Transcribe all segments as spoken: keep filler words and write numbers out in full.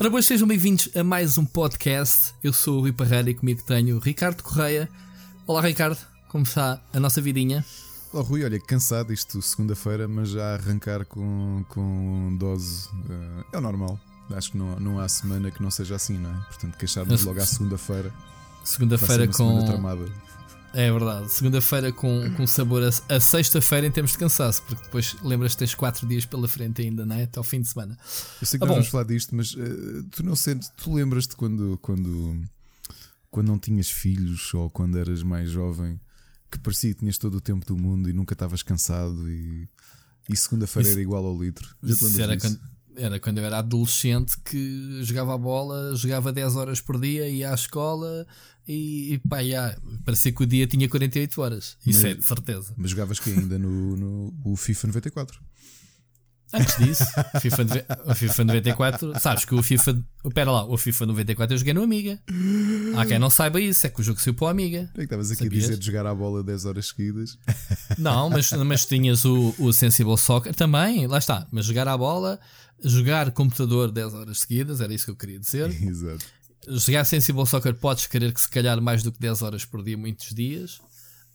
Ora, boas, sejam bem-vindos a mais um podcast. Eu sou o Rui Parreira e comigo tenho o Ricardo Correia. Olá, Ricardo, como está a nossa vidinha? Olá, Rui, olha, cansado isto segunda-feira, mas já a arrancar com, com dose uh, é o normal. Acho que não, não há semana que não seja assim, não é? Portanto, queixar-nos logo à segunda-feira. Segunda-feira com. Tramada. É verdade, segunda-feira com, com sabor a, a sexta-feira em termos de cansaço, porque depois lembras que tens quatro dias pela frente ainda, não é? Até ao fim de semana. Eu sei que ah, nós bom. vamos falar disto, mas uh, tu não sentes, tu lembras-te quando, quando, quando não tinhas filhos ou quando eras mais jovem, que parecia que tinhas todo o tempo do mundo e nunca estavas cansado e, e segunda-feira isso, era igual ao litro. Já te lembras era disso? quando, era quando eu era adolescente que jogava a bola, jogava dez horas por dia, ia à escola e, e pá, já, parecia que o dia tinha quarenta e oito horas. Isso mas, é de certeza. Mas jogavas que ainda no, no o FIFA noventa e quatro? Antes disso, FIFA, o FIFA noventa e quatro, sabes que o FIFA, espera lá, o FIFA noventa e quatro eu joguei no Amiga. Há quem não saiba isso, é que o jogo saiu para o Amiga. É que estavas aqui Sabias? a dizer de jogar à bola dez horas seguidas. Não, mas, mas tinhas o, o Sensible Soccer também, lá está. Mas jogar à bola, jogar computador dez horas seguidas, era isso que eu queria dizer. Exato. Jogar Sensible Soccer podes querer que se calhar mais do que dez horas por dia, muitos dias.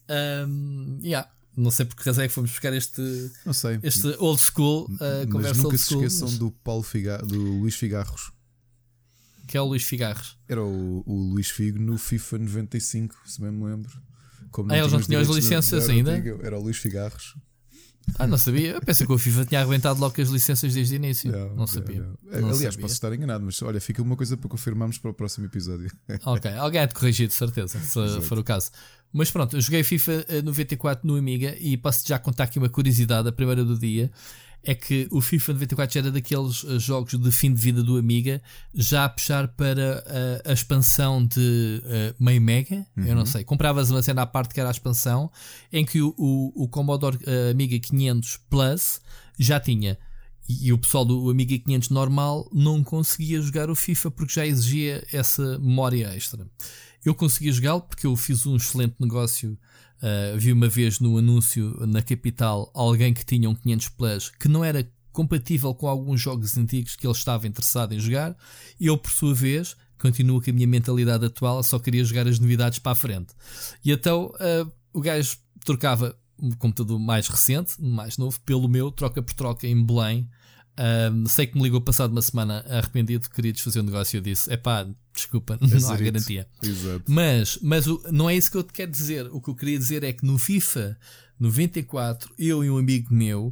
Um, yeah. Não sei por que razão é que fomos buscar este, não sei. este old school uh, mas conversa nunca old se school, esqueçam mas... do Paulo Figa, do Luís Figarros. Que é o Luís Figarros. Era o, o Luís Figo no FIFA noventa e cinco, se bem me lembro. Como Ah, eles não tinham as licenças ainda? Antigo, era o Luís Figarros. Ah, não sabia. Eu pensei que o FIFA tinha aguentado logo as licenças desde o início. Não, não sabia. Não. Não Aliás, sabia. posso estar enganado, mas olha, fica uma coisa para confirmarmos para o próximo episódio. Ok, alguém é de corrigir, de certeza, se Exato. for o caso. Mas pronto, eu joguei FIFA noventa e quatro no Amiga e posso já contar aqui uma curiosidade. A primeira do dia é que o FIFA noventa e quatro já era daqueles jogos de fim de vida do Amiga, já a puxar para a, a expansão de uh, meio mega, uhum. eu não sei. Compravas uma cena à parte que era a expansão, em que o, o, o Commodore uh, Amiga quinhentos Plus já tinha. E o pessoal do Amiga quinhentos normal não conseguia jogar o FIFA porque já exigia essa memória extra. Eu conseguia jogá-lo porque eu fiz um excelente negócio. Uh, vi uma vez no anúncio na Capital alguém que tinha um quinhentos Plus que não era compatível com alguns jogos antigos que ele estava interessado em jogar. E eu, por sua vez, continuo com a minha mentalidade atual, só queria jogar as novidades para a frente. E então uh, o gajo trocava um computador mais recente, mais novo, pelo meu, troca por troca em Belém. Um, sei que me ligou passado uma semana arrependido, queria desfazer o negócio. Eu disse, epá, desculpa, é não há garantia. Exato. Mas, mas o, não é isso que eu te quero dizer. O que eu queria dizer é que no FIFA noventa e quatro, eu e um amigo meu,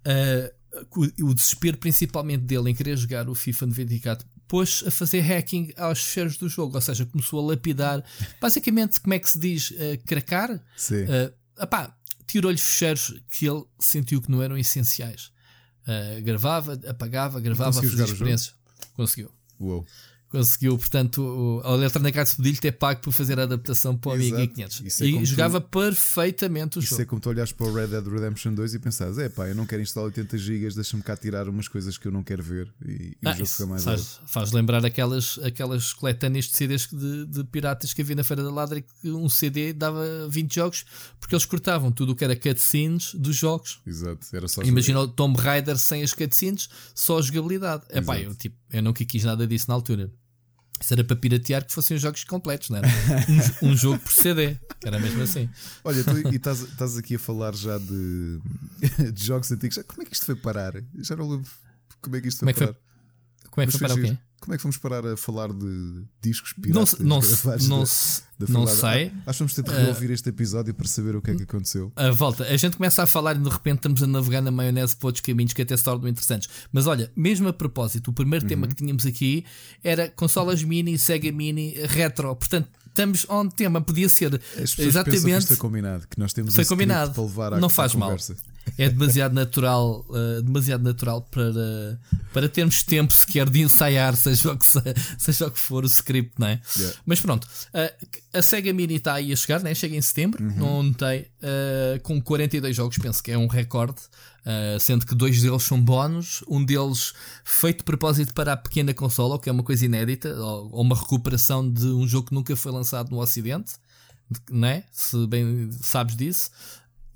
uh, o, o desespero principalmente dele em querer jogar o FIFA noventa e quatro pôs a fazer hacking aos fecheiros do jogo, ou seja, começou a lapidar, basicamente, como é que se diz, uh, cracar? Sim. Uh, epá, tirou-lhe fecheiros que ele sentiu que não eram essenciais. Uh, gravava, apagava, gravava, fazia experiências. Conseguiu. Uou. Conseguiu, portanto, o, a Electronic Arts podia-lhe ter pago por fazer a adaptação para o Amiga quinhentos. É e jogava tu, perfeitamente o isso jogo. Isso é como tu olhares para o Red Dead Redemption dois e pensares, é pá, eu não quero instalar oitenta gigas, deixa-me cá tirar umas coisas que eu não quero ver e, e ah, o jogo fica mais faz, alto. Faz lembrar aquelas, aquelas coletâneas de C Ds de, de piratas que havia na Feira da Ladra, que um C D dava vinte jogos, porque eles cortavam tudo o que era cutscenes dos jogos. Exato, era só imagina o Tomb Raider sem as cutscenes, só a jogabilidade. É pá, eu, tipo, eu nunca quis nada disso na altura. Isso era para piratear que fossem os jogos completos, não era? um, um jogo por C D, que era mesmo assim. Olha, tu, e estás aqui a falar já de, de jogos antigos. Como é que isto foi parar? Já não lembro como é que isto foi como é que parar. Foi, como é que foi parar o quê? Como é que fomos parar a falar de discos piratas? Não, não, não, da, não sei. Acho que vamos ter de reouvir uh, este episódio para saber o que é que aconteceu. A volta, a gente começa a falar e de repente estamos a navegar na maionese para outros caminhos que até se tornam interessantes. Mas olha, mesmo a propósito, o primeiro uhum. tema que tínhamos aqui era consolas mini, Sega Mini, retro. Portanto, estamos on tema. Podia ser As exatamente. Que isto foi combinado, que nós temos foi combinado. Para levar à, não faz à mal. Conversa. É demasiado natural, uh, demasiado natural para, para termos tempo sequer de ensaiar, seja o que, seja o que for o script, não é? Yeah. Mas pronto, uh, a Sega Mini está aí a chegar, né? Chega em setembro, uhum. não notei, uh, com quarenta e dois jogos, penso que é um recorde, uh, sendo que dois deles são bónus, um deles feito de propósito para a pequena consola, o que é uma coisa inédita, ou, ou uma recuperação de um jogo que nunca foi lançado no Ocidente, não é? Se bem sabes disso.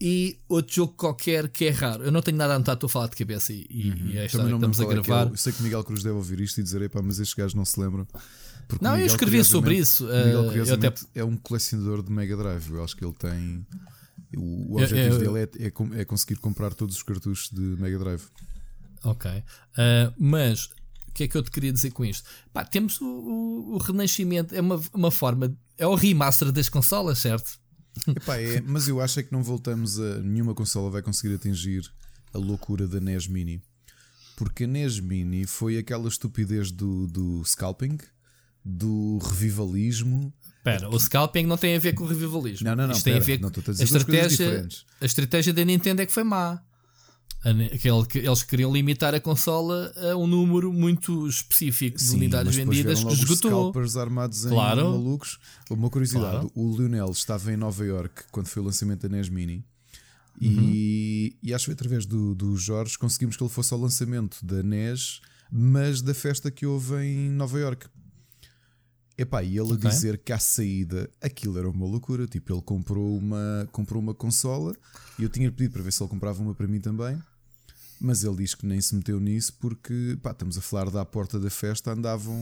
e outro jogo qualquer que é raro. Eu não tenho nada a anotar, estou a falar de cabeça e, uhum. e é esta que estamos a gravar. É, eu sei que o Miguel Cruz deve ouvir isto e dizer, epá, mas estes gajos não se lembram. Porque não, eu escrevi sobre isso. O Miguel, curiosamente, uh, até... é um colecionador de Mega Drive. Eu acho que ele tem. O, o objetivo eu, eu... dele é, é, é conseguir comprar todos os cartuchos de Mega Drive. Ok. Uh, mas o que é que eu te queria dizer com isto? Pá, temos o, o, o renascimento, é uma, uma forma. É o remaster das consolas, certo? Epá, é, mas eu acho é que não voltamos a. Nenhuma consola vai conseguir atingir a loucura da N E S Mini. Porque a N E S Mini foi aquela estupidez do, do scalping, do revivalismo. Espera, o scalping não tem a ver com o revivalismo. Não, não, não. Isto pera, tem a ver com a, a, estratégia, a estratégia da Nintendo é que foi má. Aquele que eles queriam limitar a consola a um número muito específico de Sim, unidades vendidas que esgotou. Scalpers armados claro. em malucos. Uma curiosidade: claro. o Lionel estava em Nova York quando foi o lançamento da N E S Mini. E, uhum. e acho que através do, do Jorge conseguimos que ele fosse ao lançamento da N E S, mas da festa que houve em Nova York. Epá, e ele okay. a dizer que à saída aquilo era uma loucura. Tipo, ele comprou uma, comprou uma consola e eu tinha pedido para ver se ele comprava uma para mim também. Mas ele diz que nem se meteu nisso porque, pá, estamos a falar da porta da festa, andavam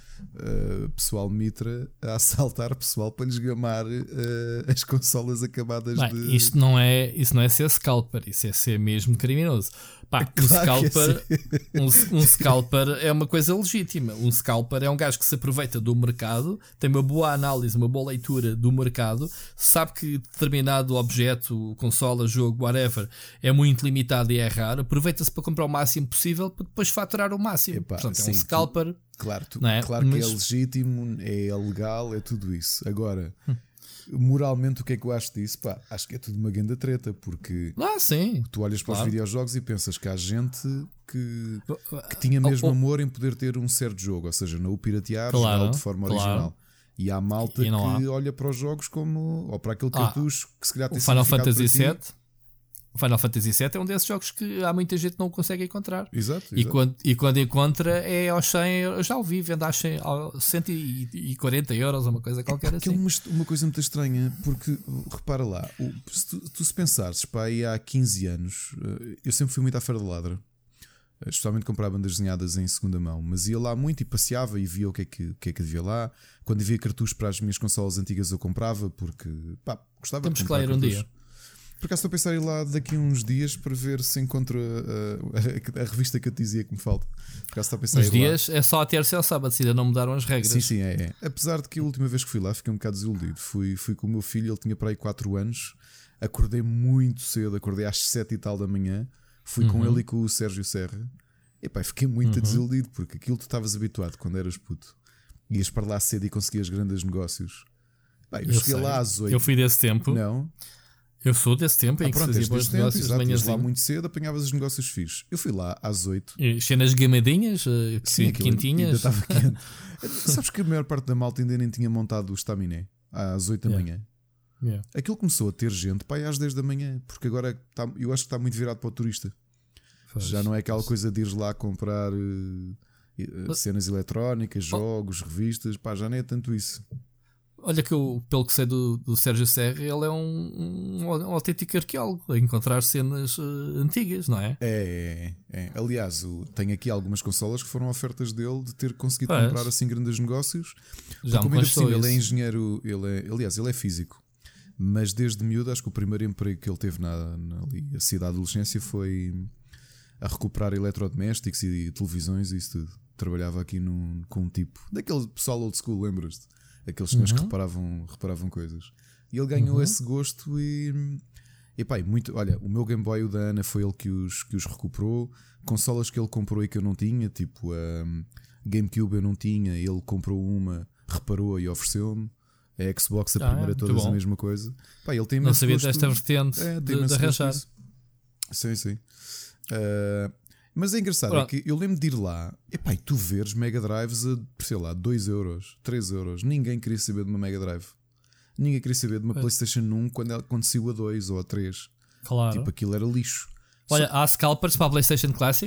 uh, pessoal mitra a assaltar pessoal para lhes gamar uh, as consolas acabadas Bem, de... Isto não é, isso não é ser scalper, isso é ser mesmo criminoso. Pá, um, claro scalper, é um, um scalper é uma coisa legítima. Um scalper é um gajo que se aproveita do mercado, tem uma boa análise, uma boa leitura do mercado, sabe que determinado objeto, consola, jogo, whatever, é muito limitado e é raro, aproveita-se para comprar o máximo possível para depois faturar o máximo. Epá, Portanto, é sim, um scalper. Tu, claro, tu, não é? claro Mas... que é legítimo, é legal, é tudo isso. Agora... Moralmente, o que é que eu acho disso? Pá, acho que é tudo uma grande treta, porque ah, sim, tu olhas para claro. os videojogos e pensas que há gente que, que tinha mesmo oh, oh. amor em poder ter um certo jogo, ou seja, não o piratear, claro, jogar de forma claro. original. E há malta e que há. olha para os jogos como, ou para aquele cartucho ah, que se calhar tem o Final Fantasy sete. O Final Fantasy sete é um desses jogos que há muita gente que não consegue encontrar. Exato, e, exato. Quando, e quando encontra é aos cem, eu já ouvi, vende aos cem, aos cento e quarenta euros ou uma coisa qualquer é assim. É uma, uma coisa muito estranha, porque repara lá, o, se tu, tu se pensares, pá, aí há quinze anos, eu sempre fui muito à Feira de Ladra, especialmente comprar bandas desenhadas em segunda mão, mas ia lá muito e passeava e via o que é que, o que, é que havia lá. Quando havia cartuchos para as minhas consolas antigas eu comprava, porque pá, gostava Temos de comprar que ler um cartuchos. dia. Por acaso estou a pensar em ir lá daqui a uns dias para ver se encontro a, a, a revista que eu te dizia que me falta. Por acaso estou a pensar Os em ir dias lá. É só a terça e ao sábado, se ainda não mudaram as regras. Sim, sim, é, é. Apesar de que a última vez que fui lá fiquei um bocado desiludido. Fui, fui com o meu filho, ele tinha para aí quatro anos. Acordei muito cedo, acordei às sete e tal da manhã. Fui uhum. com ele e com o Sérgio Serra. E pá, fiquei muito uhum. desiludido porque aquilo que tu estavas habituado quando eras puto. Ias para lá cedo e conseguias grandes negócios. Pá, eu, eu cheguei sei. lá às oito. Eu fui desse tempo. Não. Eu sou desse tempo em ah, que pronto, se fazia bons negócios de manhã. lá muito cedo, apanhavas os negócios fixos. Eu fui lá às oito. Cenas gamadinhas, Sim, quentinhas. Ainda estava quente. Sabes que a maior parte da malta ainda nem tinha montado o estaminé às oito da manhã. Yeah. Aquilo começou a ter gente pá, às dez da manhã, porque agora está, eu acho que está muito virado para o turista. Faz, Já não é aquela faz. coisa de ires lá comprar uh, uh, cenas eletrónicas, jogos, oh. revistas, pá, já não é tanto isso. Olha que eu, pelo que sei do, do Sérgio Serra, ele é um, um, um autêntico arqueólogo a encontrar cenas uh, antigas, não é? É, é, é. Aliás, o, tenho aqui algumas consolas que foram ofertas dele de ter conseguido Mas, comprar assim grandes negócios. Já me possível, ele é engenheiro, ele é, aliás, ele é físico. Mas desde miúdo, acho que o primeiro emprego que ele teve na, na ali, a cidade da adolescência foi a recuperar eletrodomésticos e televisões e isso tudo. Trabalhava aqui num, com um tipo daquele pessoal old school, lembras-te? Aqueles senhores uhum. que reparavam, reparavam coisas. E ele ganhou uhum. esse gosto e, e pá, muito, olha, o meu Game Boy, o da Ana, foi ele que os, que os recuperou. Consolas que ele comprou e que eu não tinha, tipo a um, GameCube eu não tinha, ele comprou uma, reparou e ofereceu-me. A Xbox, a ah, primeira, todas a mesma coisa. Pá, ele tem não sabia gosto, desta vertente é, de, de arranjar. Sim, sim. Uh, mas é engraçado, Pronto. é que eu lembro de ir lá e pá, e tu veres Mega Drives a, sei lá, dois euros, três euros. Ninguém queria saber de uma Mega Drive. Ninguém queria saber de uma é. PlayStation um quando ela aconteceu a dois ou a três. Claro. Tipo, aquilo era lixo. Olha, Só... há scalpers para a PlayStation Classic?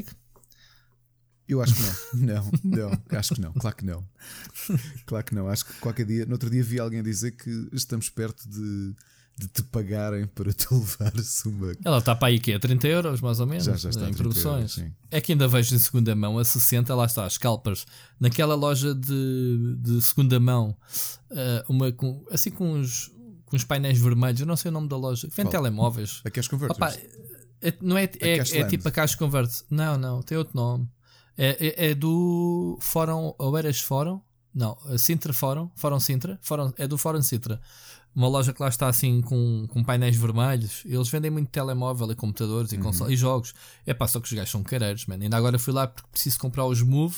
Eu acho que não. Não, não, acho que não. Claro que não. Claro que não. Acho que qualquer dia, no outro dia vi alguém dizer que estamos perto de, de te pagarem para te levares uma. Ela está para aí que é trinta euros mais ou menos. Já, já está em produções. Euros, é que ainda vejo em segunda mão a sessenta, lá está, scalpers. Naquela loja de, de segunda mão, uh, uma com, assim com uns, com uns painéis vermelhos, eu não sei o nome da loja, que vende telemóveis. A Cash Converters. Opa, é, não é, é, é, é tipo a Cash Convert. Não, não, tem outro nome. É, é, é do Fórum Oeiras Fórum? Não, Sintra Fórum, Fórum Sintra, Fórum, é do Fórum Sintra. Uma loja que lá está assim com, com painéis vermelhos. Eles vendem muito telemóvel e computadores e, console, uhum. e jogos. É pá, só que os gajos são careiros, man. Ainda agora fui lá porque preciso comprar os Move.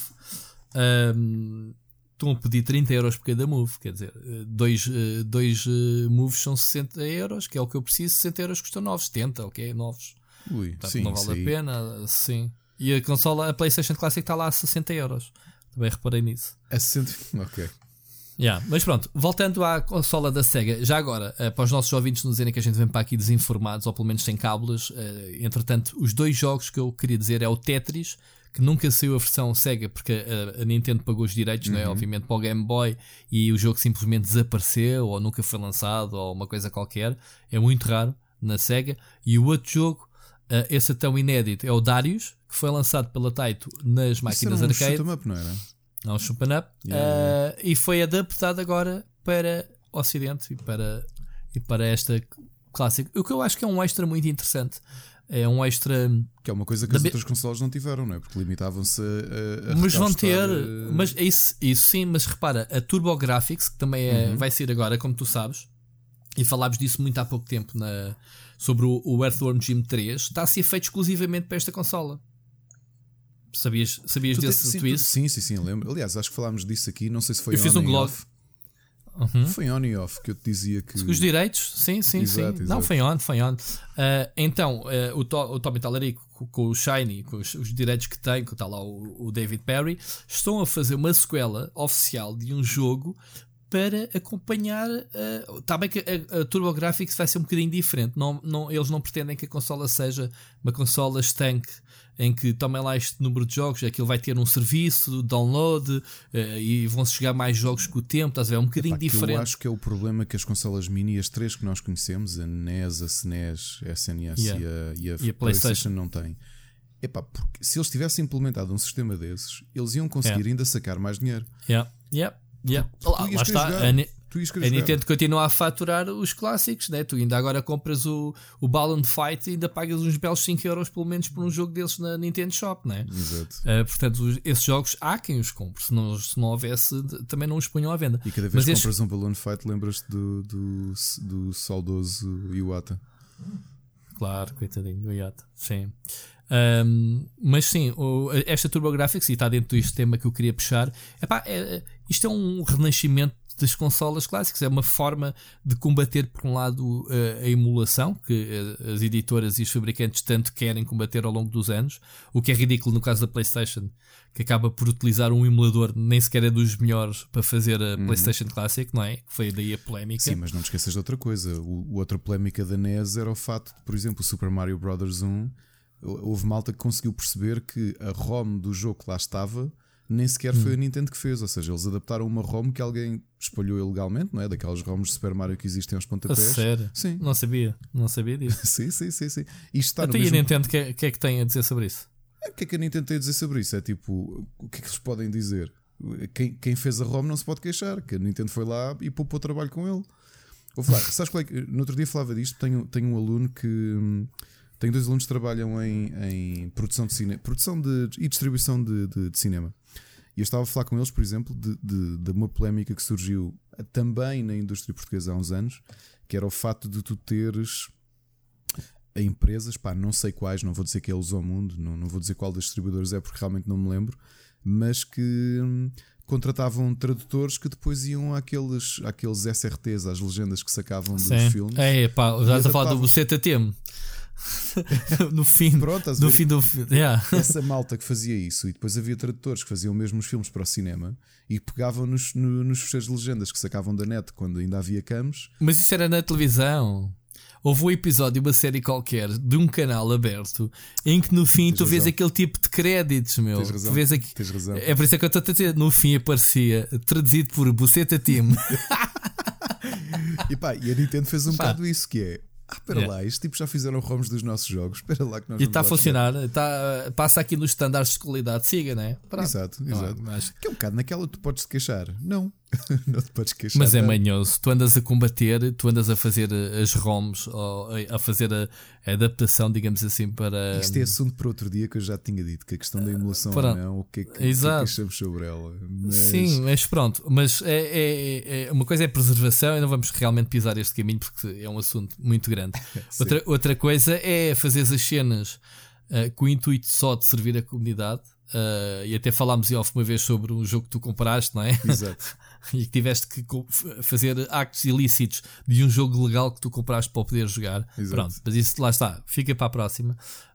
Um, estão a pedir trinta euros por cada Move. Quer dizer, dois, dois uh, Moves são sessenta euros, que é o que eu preciso. sessenta euros custam nove, setenta, ok? Novos. Ui, Portanto, sim, não vale sim. a pena, sim. E a consola, a PlayStation Classic está lá a sessenta euros. Também reparei nisso. A sessenta, ok. Yeah, mas pronto, voltando à consola da Sega, já agora, uh, para os nossos ouvintes não dizerem que a gente vem para aqui desinformados, ou pelo menos sem cábulas, uh, entretanto, os dois jogos que eu queria dizer é o Tetris, que nunca saiu a versão Sega, porque a, a Nintendo pagou os direitos, uhum. não é? Obviamente, para o Game Boy, e o jogo simplesmente desapareceu, ou nunca foi lançado, ou uma coisa qualquer. É muito raro na Sega. E o outro jogo, uh, esse tão inédito, é o Darius, que foi lançado pela Taito nas máquinas arcade. Isso era um shoot 'em up, não era? Não, Chupan Up, yeah. uh, e foi adaptado agora para o Ocidente e para, e para esta clássica. O que eu acho que é um extra muito interessante. É um extra. Que é uma coisa que as outras consolas não tiveram, não é? Porque limitavam-se a. a mas vão ter. A... Mas isso, isso sim, mas repara, a TurboGrafx, que também é, uhum. vai ser agora, como tu sabes, e falámos disso muito há pouco tempo na, sobre o, o Earthworm Jim três, está a ser feito exclusivamente para esta consola. Sabias, sabias tu desse te, sim, twist? Tu, sim, sim, sim, lembro. Aliás, acho que falámos disso aqui. Não sei se foi eu on fiz um e blog. Off. Uhum. Foi on e off que eu te dizia que. Os direitos, sim, sim, exato, sim. exato. Não, foi on, foi on. Uh, então, uh, o, to, o Tommy Tallarico com, com o Shiny, com os, os direitos que tem, que está lá o, o David Perry, estão a fazer uma sequela oficial de um jogo para acompanhar. Está uh, bem que a, a TurboGrafx vai ser um bocadinho diferente. Não, não, eles não pretendem que a consola seja uma consola estanque em que tomem lá este número de jogos, aquilo vai ter um serviço, download, uh, e vão-se chegar mais jogos com o tempo, estás a ver? É um bocadinho Epá, diferente. Eu acho que é o problema que as consolas mini, as três que nós conhecemos, a N E S, a S N E S, a S N E S yeah. e a, e a, e a PlayStation, PlayStation não têm. Epá, porque se eles tivessem implementado um sistema desses, eles iam conseguir yeah. ainda sacar mais dinheiro. Yeah. Yeah. Yeah. Lá, lá está. A, a Nintendo continua a faturar os clássicos, né? Tu ainda agora compras o, o Balloon Fight e ainda pagas uns belos cinco euros pelo menos por um jogo desses na Nintendo Shop, né? Exato. Uh, portanto, os, esses jogos há quem os compre. Se não, se não houvesse, também não os ponham à venda. E cada vez que compras este... um Balloon Fight, lembras-te do, do, do saudoso Iwata. Claro, coitadinho do Iwata. Sim. Um, mas sim, o, esta TurboGrafx, e está dentro deste tema que eu queria puxar, epá, é, isto é um renascimento das consolas clássicas, é uma forma de combater por um lado a, a emulação que as editoras e os fabricantes tanto querem combater ao longo dos anos, o que é ridículo no caso da PlayStation, que acaba por utilizar um emulador nem sequer é dos melhores para fazer a uhum. PlayStation Classic, não é? Que foi daí a polémica. Sim, mas não te esqueças de outra coisa, o, o outra polémica da N E S era o fato de, por exemplo, o Super Mario Bros. um, houve malta que conseguiu perceber que a ROM do jogo que lá estava nem sequer hum. foi a Nintendo que fez, ou seja, eles adaptaram uma ROM que alguém espalhou ilegalmente, não é? Daquelas ROMs de Super Mario que existem aos pontapés. A sério? Sim. Não sabia, não sabia disso. sim, sim, sim, sim. Isto está Até no e mesmo... a Nintendo, o que, que é que tem a dizer sobre isso? O que é que a Nintendo tem a dizer sobre isso? É tipo, o que é que eles podem dizer? Quem, quem fez a ROM não se pode queixar, que a Nintendo foi lá e poupou trabalho com ele. Vou falar, sabes qual é que... No outro dia falava disto, tenho, tenho um aluno que... Tenho dois alunos que trabalham em, em produção de cinema, produção de, e distribuição de, de, de cinema. E eu estava a falar com eles, por exemplo, de, de, de uma polémica que surgiu também na indústria portuguesa há uns anos, que era o facto de tu teres a empresas, pá, não sei quais, não vou dizer que é Luz ao Mundo, não, não vou dizer qual das distribuidoras é porque realmente não me lembro, mas que hum, contratavam tradutores que depois iam àqueles, àqueles S R Ts, às legendas que sacavam dos Sim. filmes. É, pá, já estás a falar do Buceta Temo. no fim, Pronto, no fim do filme. Yeah. Essa malta que fazia isso, e depois havia tradutores que faziam mesmo os filmes para o cinema e pegavam nos, no, nos fecheiros de legendas que sacavam da net quando ainda havia cams. Mas isso era na televisão. Houve um episódio de uma série qualquer de um canal aberto em que no fim Tens tu razão. vês aquele tipo de créditos, meu. Tens razão. Tu vês aqui... Tens razão. É por isso que eu estou a dizer. No fim aparecia traduzido por Buceta Team. E pá, e a Nintendo fez um pá. bocado isso, que é ah, espera Yeah. lá, estes tipos já fizeram ROMs dos nossos jogos, espera lá que nós E vamos está a lá funcionar, tá, passa aqui nos estándares de qualidade, siga, né? jogar. Exato, exato. Não, mas, Que é um bocado naquela tu podes te queixar. Não, não te podes queixar. mas é tanto. manhoso, tu andas a combater, tu andas a fazer as ROMs, ou a fazer a, a adaptação, digamos assim, para. Isto é assunto para outro dia que eu já te tinha dito, que a questão da emulação ou Pronto. não, o que é que, o que, é que Exato. achamos sobre ela. Mas... Sim, mas pronto, mas é, é, é- uma coisa é preservação e não vamos realmente pisar este caminho porque é um assunto muito grande. outra, outra coisa é fazer as cenas uh, com o intuito só de servir a comunidade. Uh, e até falámos em off uma vez sobre um jogo que tu compraste, não é? Exato. E que tiveste que co- f- fazer actos ilícitos de um jogo legal que tu compraste para o poder jogar. Exato. Pronto, mas isso lá está, fica para a próxima.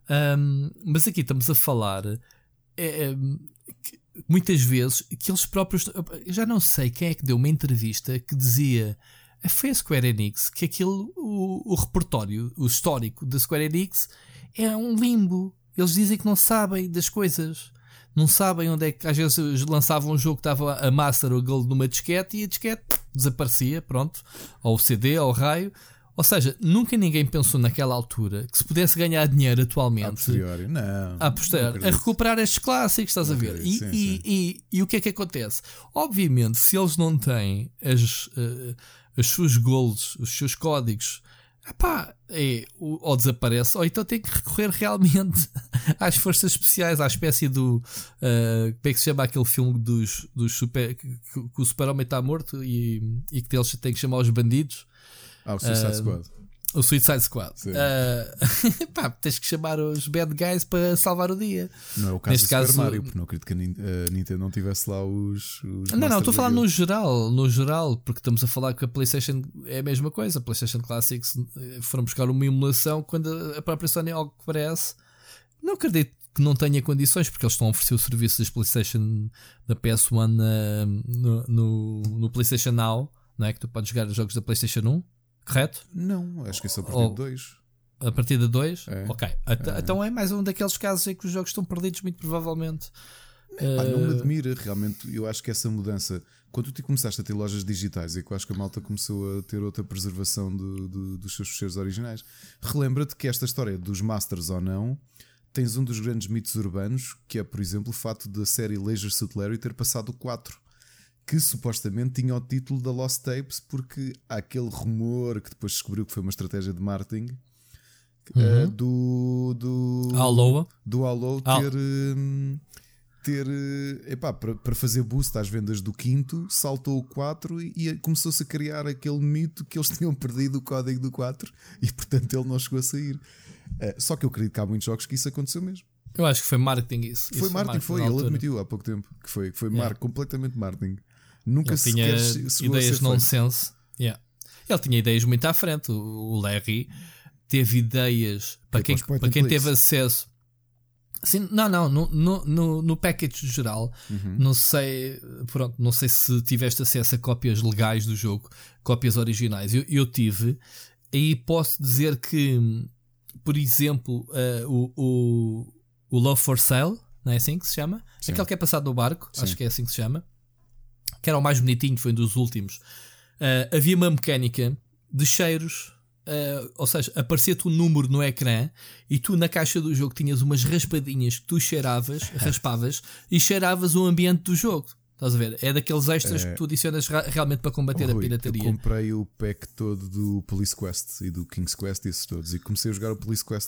Um, mas aqui estamos a falar é, é, que muitas vezes que eles próprios. Eu já não sei quem é que deu uma entrevista que dizia. Foi a Square Enix que aquele, o, o repertório, o histórico da Square Enix é um limbo. Eles dizem que não sabem das coisas. Não sabem onde é que às vezes lançavam um jogo que estava a Master ou a Gold numa disquete e a disquete pff, desaparecia, pronto, ou o C D, ou o raio. Ou seja, nunca ninguém pensou naquela altura que se pudesse ganhar dinheiro atualmente A posteriori, não. a posteriori, a recuperar estes clássicos, estás Não a ver? acredito, E, sim, e, sim. e, e o que é que acontece? Obviamente, se eles não têm as, eh, as suas golds, os seus códigos, epá, é, ou, ou desaparece, ou então tem que recorrer realmente às forças especiais, à espécie do. eh, como é que se chama aquele filme dos, dos super. Que, que o super-homem está morto e, e que eles têm que chamar os bandidos. Ah, o Suicide Ah, Squad. O Suicide Squad. Sim. Ah, pá, tens que chamar os bad guys para salvar o dia. Não é o caso neste do Super caso- Mario, porque não acredito que a Nin- a Nintendo não tivesse lá os. os Não, não, Master estou a falar da no Guild. geral, no geral, porque estamos a falar que a PlayStation é a mesma coisa. A PlayStation Classics eh, foram buscar uma emulação quando a própria Sony, ao que parece, não acredito que não tenha condições, porque eles estão a oferecer o serviço das PlayStation da P S um na- no, no, no PlayStation Now, não é? Que tu podes jogar os jogos da PlayStation um, correto? Não, acho que é só por Oh. tipo dois. A partir de dois? É. Ok. At- Então é mais um daqueles casos em que os jogos estão perdidos, muito provavelmente. Pá, não me Eh, admira, realmente. Eu acho que essa mudança, quando tu começaste a ter lojas digitais, é que eu acho que a malta começou a ter outra preservação do- do- dos seus fecheiros originais. Relembra-te que esta história dos Masters ou não, tens um dos grandes mitos urbanos, que é, por exemplo, o fato da série Leisure Suit Larry ter passado o quatro, que supostamente tinha o título da Lost Tapes, porque há aquele rumor que depois descobriu que foi uma estratégia de marketing. eh, do do Alloa. do Allo Al- ter hum, ter eh, epá, para, para fazer boost às vendas do quinto, saltou o quatro e, e começou-se a criar aquele mito que eles tinham perdido o código do quatro e portanto ele não chegou a sair. Eh, só que eu acredito que há muitos jogos que isso aconteceu mesmo. Eu acho que foi marketing isso. Foi Isso marketing, foi, na ele altura. admitiu há pouco tempo que foi, que foi Yeah. mar, completamente marketing. Nunca Ele tinha sequer che- chegou a ser ideias feito. nonsense. Yeah. Ele tinha ideias muito à frente. O o Larry teve ideias para Foi quem, para os point para and quem clicks. teve acesso. Sim, não, não, no, no, no, no package geral, Uhum. não sei, pronto, não sei se tiveste acesso a cópias legais do jogo, cópias originais. Eu, eu tive, aí posso dizer que, por exemplo, eh, o, o, o Love for Sale, não é assim que se chama? Sim. Aquele que é passado no barco, Sim. acho que é assim que se chama, que era o mais bonitinho, foi um dos últimos. Eh, havia uma mecânica de cheiros. Uh, ou seja, aparecia-te um número no ecrã e tu na caixa do jogo tinhas umas raspadinhas que tu cheiravas, raspavas e cheiravas o ambiente do jogo. Estás a ver? É daqueles extras É. que tu adicionas ra- realmente para combater Oh, a Rui, pirataria. eu comprei o pack todo do Police Quest e do King's Quest, esses todos, e comecei a jogar o Police Quest.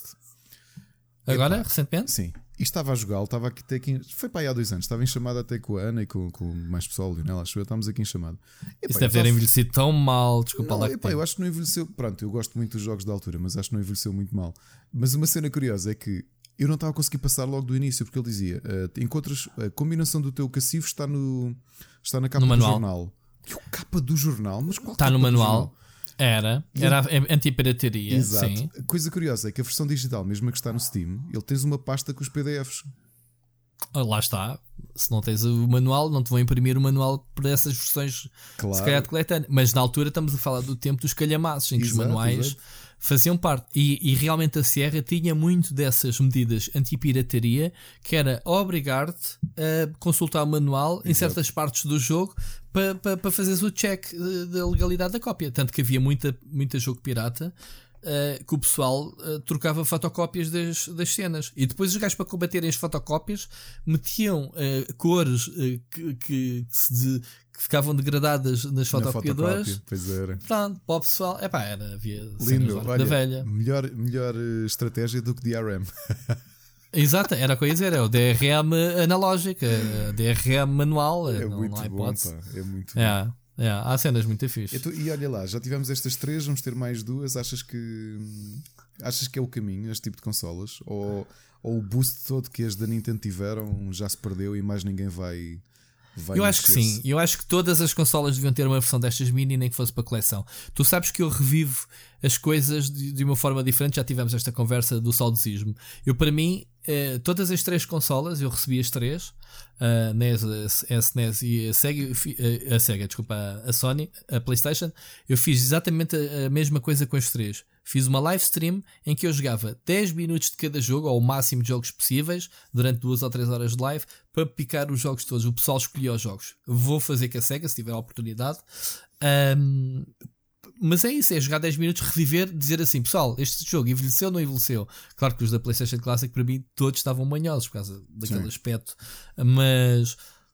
Agora, Epá. recentemente? Sim, e estava a jogá-lo, estava aqui, até aqui foi para aí há dois anos, estava em chamada até com a Ana e com, com mais pessoal, Lionel, acho que estávamos aqui em chamada. Epá, Isso eu deve ter tava- envelhecido tão mal. Desculpa Não, lá. que epá, tem. eu acho que não envelheceu. Pronto, eu gosto muito dos jogos da altura, mas acho que não envelheceu muito mal. Mas uma cena curiosa é que eu não estava a conseguir passar logo do início, porque ele dizia: uh, encontras a combinação do teu cacifo está no está na capa No do manual. jornal. E o capa do jornal, mas qual Está capa no do manual. jornal? Era. Era a anti-pirataria. Exato. Sim. A coisa curiosa é que a versão digital, mesmo a que está no Steam, ele tens uma pasta com os P D Fs. Ah, lá está. Se não tens o manual, não te vão imprimir o manual para essas versões, Claro. se calhar de coletânea. Mas na altura estamos a falar do tempo dos calhamaços, em que os Exato, manuais exato. faziam parte. E, e realmente a Sierra tinha muito dessas medidas anti-pirataria, que era obrigar-te a consultar o manual Exato. Em certas partes do jogo para pa, pa fazeres o check da legalidade da cópia. Tanto que havia muita, muita jogo pirata uh, que o pessoal uh, trocava fotocópias das, das cenas. E depois os gajos, para combaterem as fotocópias, metiam uh, cores uh, que, que, que se... De, que ficavam degradadas nas fotocopiadoras. Pois era. Pronto, para o pessoal. Epá, era, havia lindo, olha, da velha. Melhor, melhor estratégia do que D R M. Exato, era a coisa dizer, é o D R M analógico, é D R M manual. É não, muito não há bom, hipótese. pá, é muito bom. É, é, há cenas muito fixe. Tô, e olha lá, já tivemos estas três, vamos ter mais duas. Achas que achas que é o caminho, este tipo de consolas? Ou, ou o boost todo que as da Nintendo tiveram já se perdeu e mais ninguém vai... Eu acho que sim, eu acho que todas as consolas deviam ter uma versão destas mini, nem que fosse para coleção. Tu sabes que eu revivo as coisas de, de uma forma diferente, já tivemos esta conversa do saudosismo. Eu, para mim, eh, todas as três consolas, eu recebi as três, a N E S, a S N E S e a Sega, a Sega, desculpa, a Sony, a PlayStation. Eu fiz exatamente a, a mesma coisa com as três. Fiz uma live stream em que eu jogava dez minutos de cada jogo, ou o máximo de jogos possíveis, durante duas ou três horas de live, para picar os jogos todos. O pessoal escolhia os jogos. Vou fazer com a Sega, se tiver a oportunidade. Um, mas é isso, é jogar dez minutos, reviver, dizer assim, pessoal, este jogo envelheceu ou não envelheceu? Claro que os da PlayStation Classic, para mim, todos estavam manhosos por causa daquele Sim. aspecto. Mas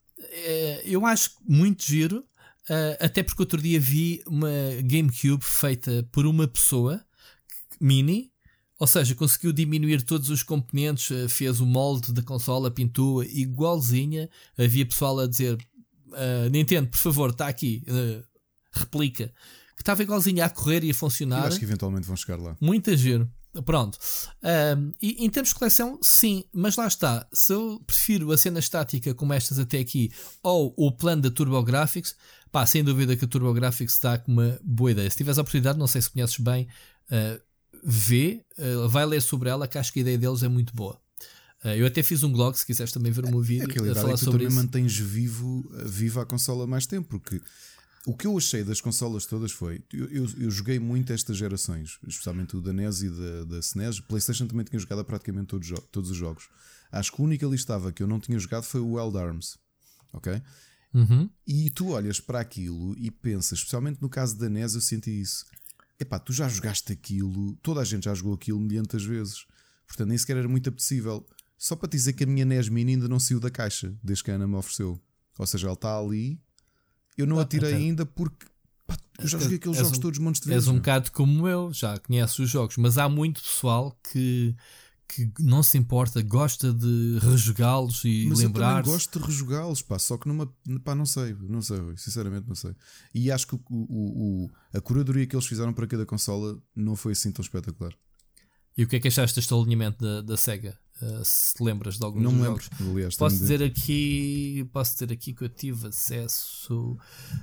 é, eu acho muito giro, uh, até porque outro dia vi uma GameCube feita por uma pessoa mini, ou seja, conseguiu diminuir todos os componentes, fez o molde da consola, pintou igualzinha. Havia pessoal a dizer uh, Nintendo, por favor, está aqui, uh, replica, que estava igualzinha a correr e a funcionar. Eu acho que eventualmente vão chegar lá. Muito giro. Pronto. Um, e em termos de coleção, sim, mas lá está. Se eu prefiro a cena estática como estas até aqui, ou o plano da TurboGrafx, pá, sem dúvida que a TurboGrafx está com uma boa ideia. Se tiveres a oportunidade, não sei se conheces bem, uh, vê, uh, vai ler sobre ela, que acho que a ideia deles é muito boa. Uh, eu até fiz um blog, se quiseres também ver o meu vídeo, é, a falar é que sobre tu isso. também mantens vivo, viva a consola há mais tempo, porque o que eu achei das consolas todas foi, eu, eu, eu joguei muito estas gerações, especialmente o da N E S e da, da S N E S. PlayStation também tinha jogado a praticamente todos, todos os jogos. Acho que o único ali estava que eu não tinha jogado foi o Wild Arms, ok? Uhum. E tu olhas para aquilo e pensas, especialmente no caso da N E S, eu senti isso. Epá, tu já jogaste aquilo, toda a gente já jogou aquilo milhentas vezes, portanto nem sequer era muito apetecível. Só para te dizer que a minha N E S Mini ainda não saiu da caixa desde que a Ana me ofereceu. Ou seja, ela está ali, eu não a tirei ah, ainda porque pá, eu já joguei aqueles jogos um, todos montes de vezes. És um bocado como eu, já conheço os jogos, mas há muito pessoal que, que não se importa, gosta de rejogá-los e mas lembrar-se. Eu também gosto de rejogá-los, pá, só que numa, pá, não sei, não sei, sinceramente não sei. E acho que o, o, o, a curadoria que eles fizeram para cada consola não foi assim tão espetacular. E o que é que achaste deste alinhamento da, da Sega? Uh, se te lembras de alguns não me jogos? Lembro, aliás, posso dizer de... aqui posso dizer aqui que eu tive acesso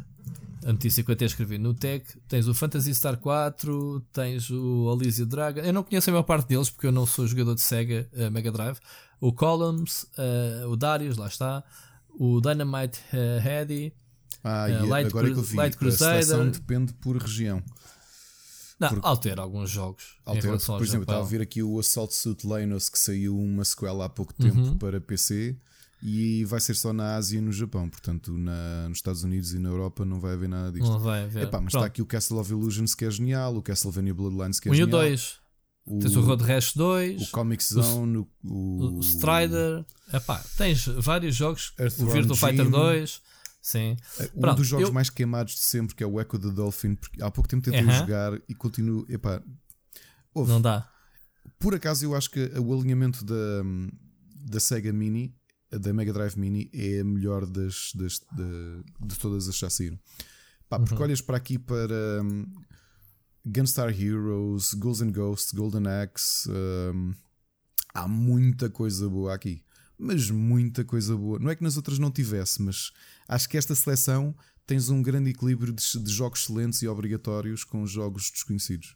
a notícia que eu até escrevi no Tech. Tens o Phantasy Star quatro, tens o Elysian Dragon. Eu não conheço a maior parte deles porque eu não sou jogador de Sega uh, Mega Drive. O Columns, uh, o Darius, lá está, o Dynamite uh, Heady, ah, uh, Light, agora Cru- é que eu vi. Light Crusader. A seleção depende por região. Não, Porque... altera alguns jogos. Altera, por exemplo, estava a ver aqui o Assault Suit Lanos, que saiu uma sequela há pouco tempo uhum. para P C e vai ser só na Ásia e no Japão. Portanto, na, nos Estados Unidos e na Europa não vai haver nada disto. Não vai haver. Epá, mas Pronto. está aqui o Castle of Illusions, que é genial, o Castlevania Bloodlines, que é um genial. e o dois. O, tens o Road Rash dois, o Comic Zone, o, o, o Strider. Epá, tens vários jogos. Earthworm o Virtua Fighter dois. Sim. Um Pronto, dos jogos eu... mais queimados de sempre, que é o Echo the Dolphin, porque há pouco tempo tentei uh-huh. jogar e continuo. Epá, ouve, não dá. Por acaso eu acho que o alinhamento da, da Sega Mini, da Mega Drive Mini, é a melhor das, das, de, de todas as que já saíram. Pá, porque uh-huh. olhas para aqui para um, Gunstar Heroes, Ghouls and Ghosts, Golden Axe, um, há muita coisa boa aqui. Mas muita coisa boa. Não é que nas outras não tivesse, mas acho que esta seleção tens um grande equilíbrio de, de jogos excelentes e obrigatórios com jogos desconhecidos.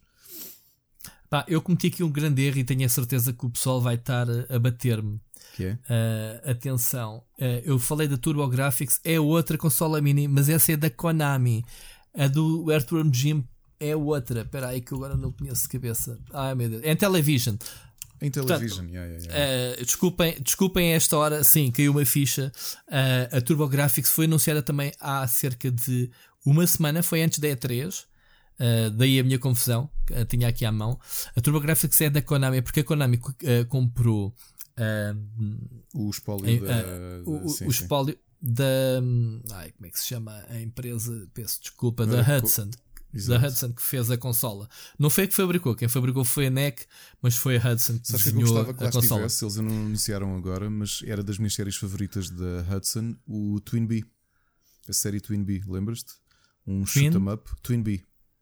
Pá, eu cometi aqui um grande erro e tenho a certeza que o pessoal vai estar a, a bater-me. Que é? Uh, atenção, uh, eu falei da TurboGrafx, é outra consola mini, mas essa é da Konami. A do Earthworm Jim é outra. Espera aí que eu agora não conheço de cabeça. Ai meu Deus. É em Television. Em Television, yeah, yeah, yeah. Uh, desculpem, desculpem esta hora, sim, caiu uma ficha. Uh, a TurboGrafx foi anunciada também há cerca de uma semana, foi antes da E três. Uh, daí a minha confusão, uh, tinha aqui à mão. A TurboGrafx é da Konami, porque a Konami uh, comprou uh, o espólio uh, da, uh, o, sim, o espólio da. Ai, como é que se chama a empresa? Peço desculpa, da uh, Hudson. Exato. Da Hudson que fez a consola. Não foi a que fabricou, quem fabricou foi a N E C, mas foi a Hudson que Sabes desenhou que eu gostava que lá a consola. Estivesse, eles não anunciaram agora, mas era das minhas séries favoritas da Hudson, o Twin Bee. A série Twin Bee, lembras-te? Um Twin? shoot 'em up, Twin Bee.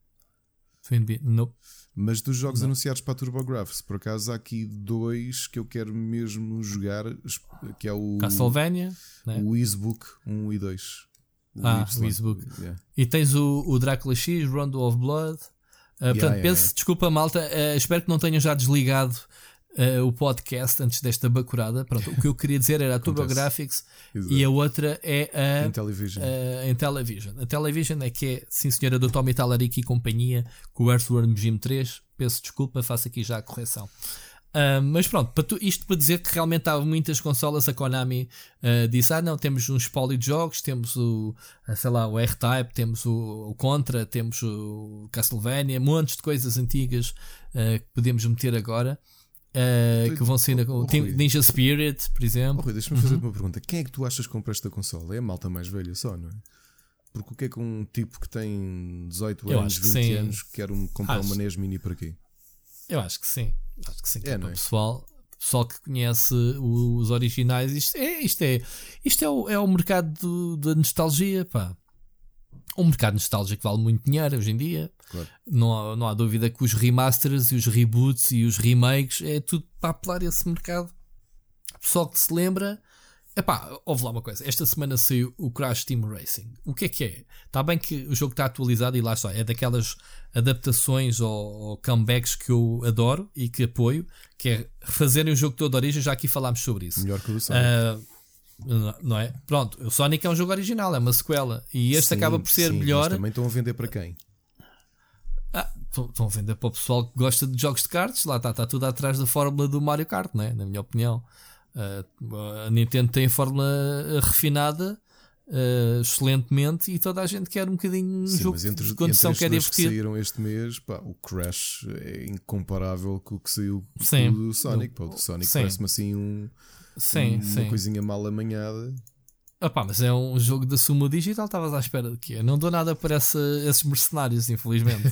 Twin Bee, nope. Mas dos jogos Não. anunciados para a TurboGrafx, por acaso há aqui dois que eu quero mesmo jogar, que é o Castlevania, né? o Easebook um e dois. O Ah, Y. o Easebook. Yeah. E tens o, o Drácula X, Rondo of Blood. Uh, portanto, yeah, peço yeah. desculpa, malta. Uh, espero que não tenham já desligado uh, o podcast antes desta bacurada. Pronto, o que eu queria dizer era a TurboGrafx e a outra é a Intellivision. A Intellivision. A Intellivision é que é, sim senhora, do Tommy Talarico e companhia, com o Earthworm Jim três. Peço desculpa, faço aqui já a correção. Uh, mas pronto, para tu, isto para dizer que realmente há muitas consolas. A Konami uh, disse: ah, não, temos um espólio de jogos, temos o, sei lá, o R-Type, temos o, o Contra, temos o Castlevania, montes de coisas antigas uh, que podemos meter agora. Uh, que vão sair com o Ninja Spirit, por exemplo. Oh, Rui, deixa-me fazer uma pergunta: quem é que tu achas que compra esta consola? É a malta mais velha só, não é? Porque o que é que um tipo que tem dezoito Eu anos, acho que vinte sim. anos, quer um, comprar Acho. uma N E S Mini para quê? Eu acho que sim. Acho que sim. Que É, é, não para é? o pessoal, pessoal que conhece os originais. Isto é, isto é, isto é, o, é o mercado do, da nostalgia, pá. Um mercado nostálgico que vale muito dinheiro hoje em dia. Claro. Não há, não há dúvida que os remasters e os reboots e os remakes é tudo para apelar a esse mercado. O pessoal que se lembra. Epá, ouve lá uma coisa. Esta semana saiu o Crash Team Racing. O que é que é? Está bem que o jogo está atualizado e lá está. É daquelas adaptações ou, ou comebacks que eu adoro e que apoio, que é refazerem o jogo todo de origem. Já aqui falámos sobre isso. Melhor que o do Sonic. Uh, não é? Pronto, o Sonic é um jogo original, é uma sequela. E este Sim, acaba por ser sim, melhor. Mas também estão a vender para quem? Ah, estão a vender para o pessoal que gosta de jogos de cartas. Lá está, está tudo atrás da fórmula do Mario Kart, não é? Na minha opinião. Uh, a Nintendo tem a fórmula refinada uh, excelentemente e toda a gente quer um bocadinho um Sim, jogo mas entre, de condição entre que é estes dois que divertido. saíram este mês, pá, o Crash é incomparável com o que saiu Sim. do Sonic. Pá, o do Sonic Sim. parece-me assim um, Sim, um- sim. uma coisinha mal amanhada. Ah pá, mas é um jogo da Sumo Digital, estavas à espera de quê? Não dou nada para essa, esses mercenários, infelizmente.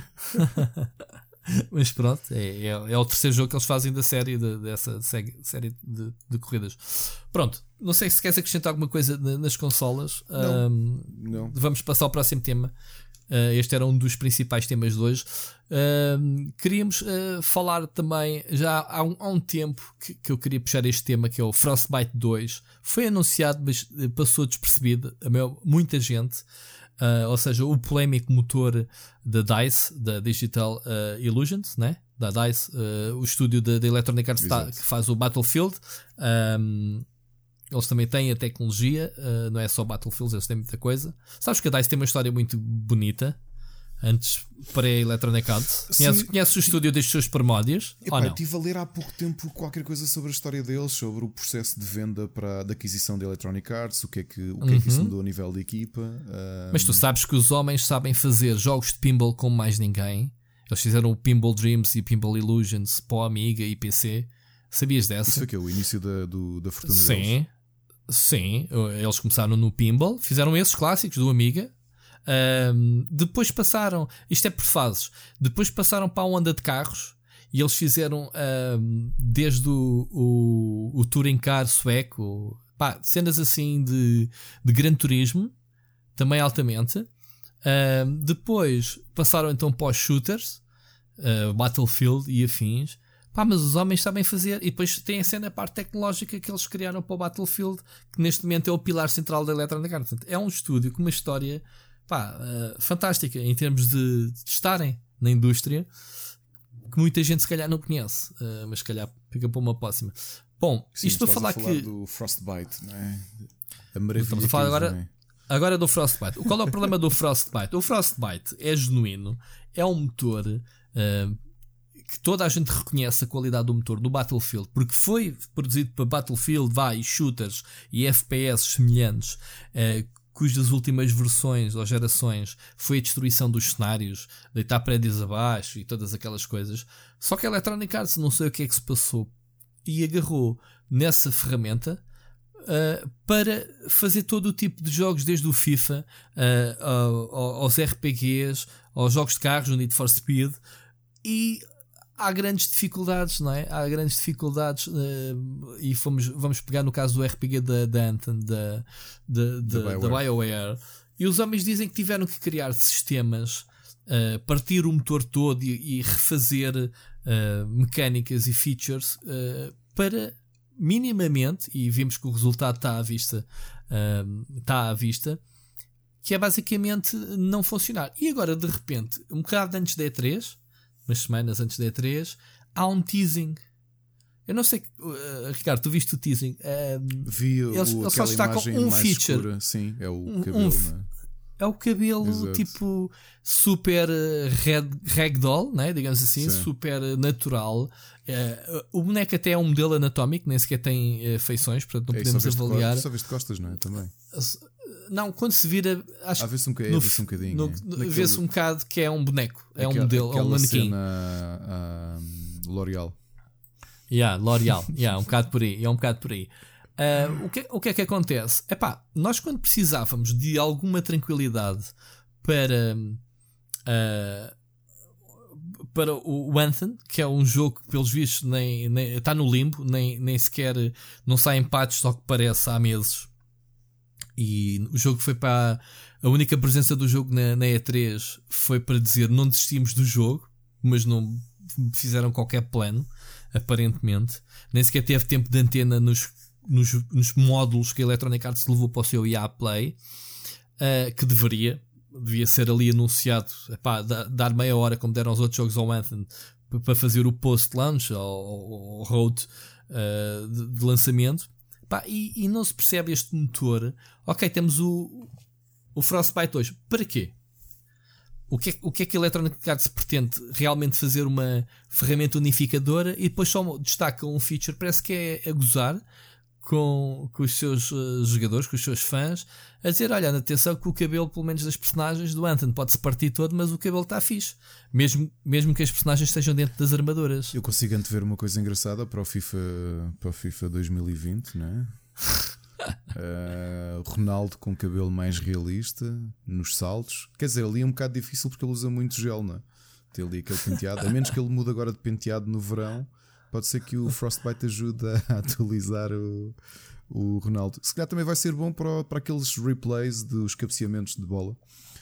Mas pronto, é, é, é o terceiro jogo que eles fazem da série, de, dessa série série de, de corridas. Pronto, não sei se queres acrescentar alguma coisa na- nas consolas. Não. Ahm, Não. Vamos passar ao próximo tema. Uh, este era um dos principais temas de hoje. Uh, queríamos uh, falar também, já há um, há um tempo que, que eu queria puxar este tema, que é o Frostbite dois. Foi anunciado, mas uh, passou despercebido a maior, muita gente. Uh, ou seja, o polémico motor da DICE, da Digital uh, Illusions, né? Da DICE, uh, o estúdio da Electronic Arts tá, que faz o Battlefield. Um, Eles também têm a tecnologia, uh, não é só Battlefields, eles têm muita coisa. Sabes que a DICE tem uma história muito bonita, antes pré-Electronic Arts. Conheces, conheces o estúdio destes seus primórdios? Epá, Ou eu não? estive a ler há pouco tempo qualquer coisa sobre a história deles, sobre o processo de venda para, da aquisição da Electronic Arts, o que é que, o que, é que isso mudou a nível de equipa. ah, Mas tu sabes que os homens sabem fazer jogos de pinball como mais ninguém. Eles fizeram o Pinball Dreams e Pinball Illusions para o Amiga e P C. Sabias dessa? Isso foi que é o início da, do, da fortuna deles. Sim, sim. Eles começaram no pinball, fizeram esses clássicos do Amiga. Um, depois passaram, isto é por fases, depois passaram para a onda de carros e eles fizeram um, desde o, o, o Touring Car sueco, pá, cenas assim de, de Gran Turismo, também altamente. Um, depois passaram então para os shooters, uh, Battlefield e afins. Pá, mas os homens sabem fazer. E depois tem a cena, a parte tecnológica que eles criaram para o Battlefield, que neste momento é o pilar central da Electronic Arts. Portanto, é um estúdio com uma história, pá, uh, fantástica em termos de, de estarem na indústria, que muita gente se calhar não conhece, uh, mas se calhar fica para uma próxima. Bom, Sim, isto para estás falar, a falar que do Frostbite, não é? A maravilha estamos a falar que é, agora não é? Agora do Frostbite. Qual é o problema do Frostbite? O Frostbite é genuíno, é um motor uh, que toda a gente reconhece a qualidade do motor do Battlefield, porque foi produzido para Battlefield, vai, shooters e F P S semelhantes, uh, cujas últimas versões ou gerações foi a destruição dos cenários, deitar prédios abaixo e todas aquelas coisas. Só que a Electronic Arts, não sei o que é que se passou, e agarrou nessa ferramenta Uh, para fazer todo o tipo de jogos, desde o FIFA uh, ao, aos R P Gs, aos jogos de carros, o Need for Speed, e há grandes dificuldades, não é? Há grandes dificuldades, uh, e fomos, vamos pegar no caso do R P G da, da Anthem, da, da, da, da BioWare, e os homens dizem que tiveram que criar sistemas, uh, partir o motor todo e, e refazer uh, mecânicas e features uh, para minimamente, e vimos que o resultado está à vista, uh, está à vista, que é basicamente não funcionar. E agora, de repente, um bocado antes da E três, umas semanas antes da E três, há um teasing. Eu não sei, uh, Ricardo, tu viste o teasing? Uh, Vi o, eles, eles só destacam um mais feature. Escura. Sim, é o um, cabelo, um, não é? É o cabelo. Exato. Tipo super red, ragdoll, né? Digamos assim, sim. Super natural. Uh, o boneco até é um modelo anatómico, nem sequer tem uh, feições, portanto não é, podemos só avaliar. Costas, só viste costas, não é? Também. Não, quando se vira, acho ah, vê-se um, no, vê-se um bocadinho. No, é. Vê-se um bocado que é um boneco, é aquela, um modelo, é um manequim. Cena, uh, L'Oreal. Yeah, L'Oreal, yeah, um bocado por aí, é um bocado por aí. Uh, o, que, o que é que acontece? Epá, nós quando precisávamos de alguma tranquilidade para uh, para o Anthem, que é um jogo que pelos vistos nem, nem, está no limbo, nem, nem sequer não sai em patches, só que parece há meses, e o jogo foi para a única presença do jogo na, na E três foi para dizer não desistimos do jogo, mas não fizeram qualquer plano, aparentemente, nem sequer teve tempo de antena nos Nos, nos módulos que a Electronic Arts levou para o seu E A Play, uh, que deveria devia ser ali anunciado, epá, dar meia hora como deram aos outros jogos ao Anthem para fazer o post-launch ou road uh, de, de lançamento, epá, e, e não se percebe este motor. Ok, temos o, o Frostbite hoje, para quê? O que, é, o que é que a Electronic Arts pretende? Realmente fazer uma ferramenta unificadora e depois só destaca um feature, parece que é a gozar com, com os seus uh, jogadores, com os seus fãs, a dizer, olha, atenção que o cabelo, pelo menos das personagens do Anthem, pode-se partir todo, mas o cabelo está fixe, mesmo, mesmo que as personagens estejam dentro das armaduras. Eu consigo antever uma coisa engraçada para o FIFA, para o FIFA dois mil e vinte, não é? uh, Ronaldo com cabelo mais realista nos saltos, quer dizer, ali é um bocado difícil porque ele usa muito gel, não é? Tem ali aquele penteado, a menos que ele mude agora de penteado no verão. Pode ser que o Frostbite ajude a atualizar o, o Ronaldo. Se calhar também vai ser bom para, para aqueles replays dos cabeceamentos de bola,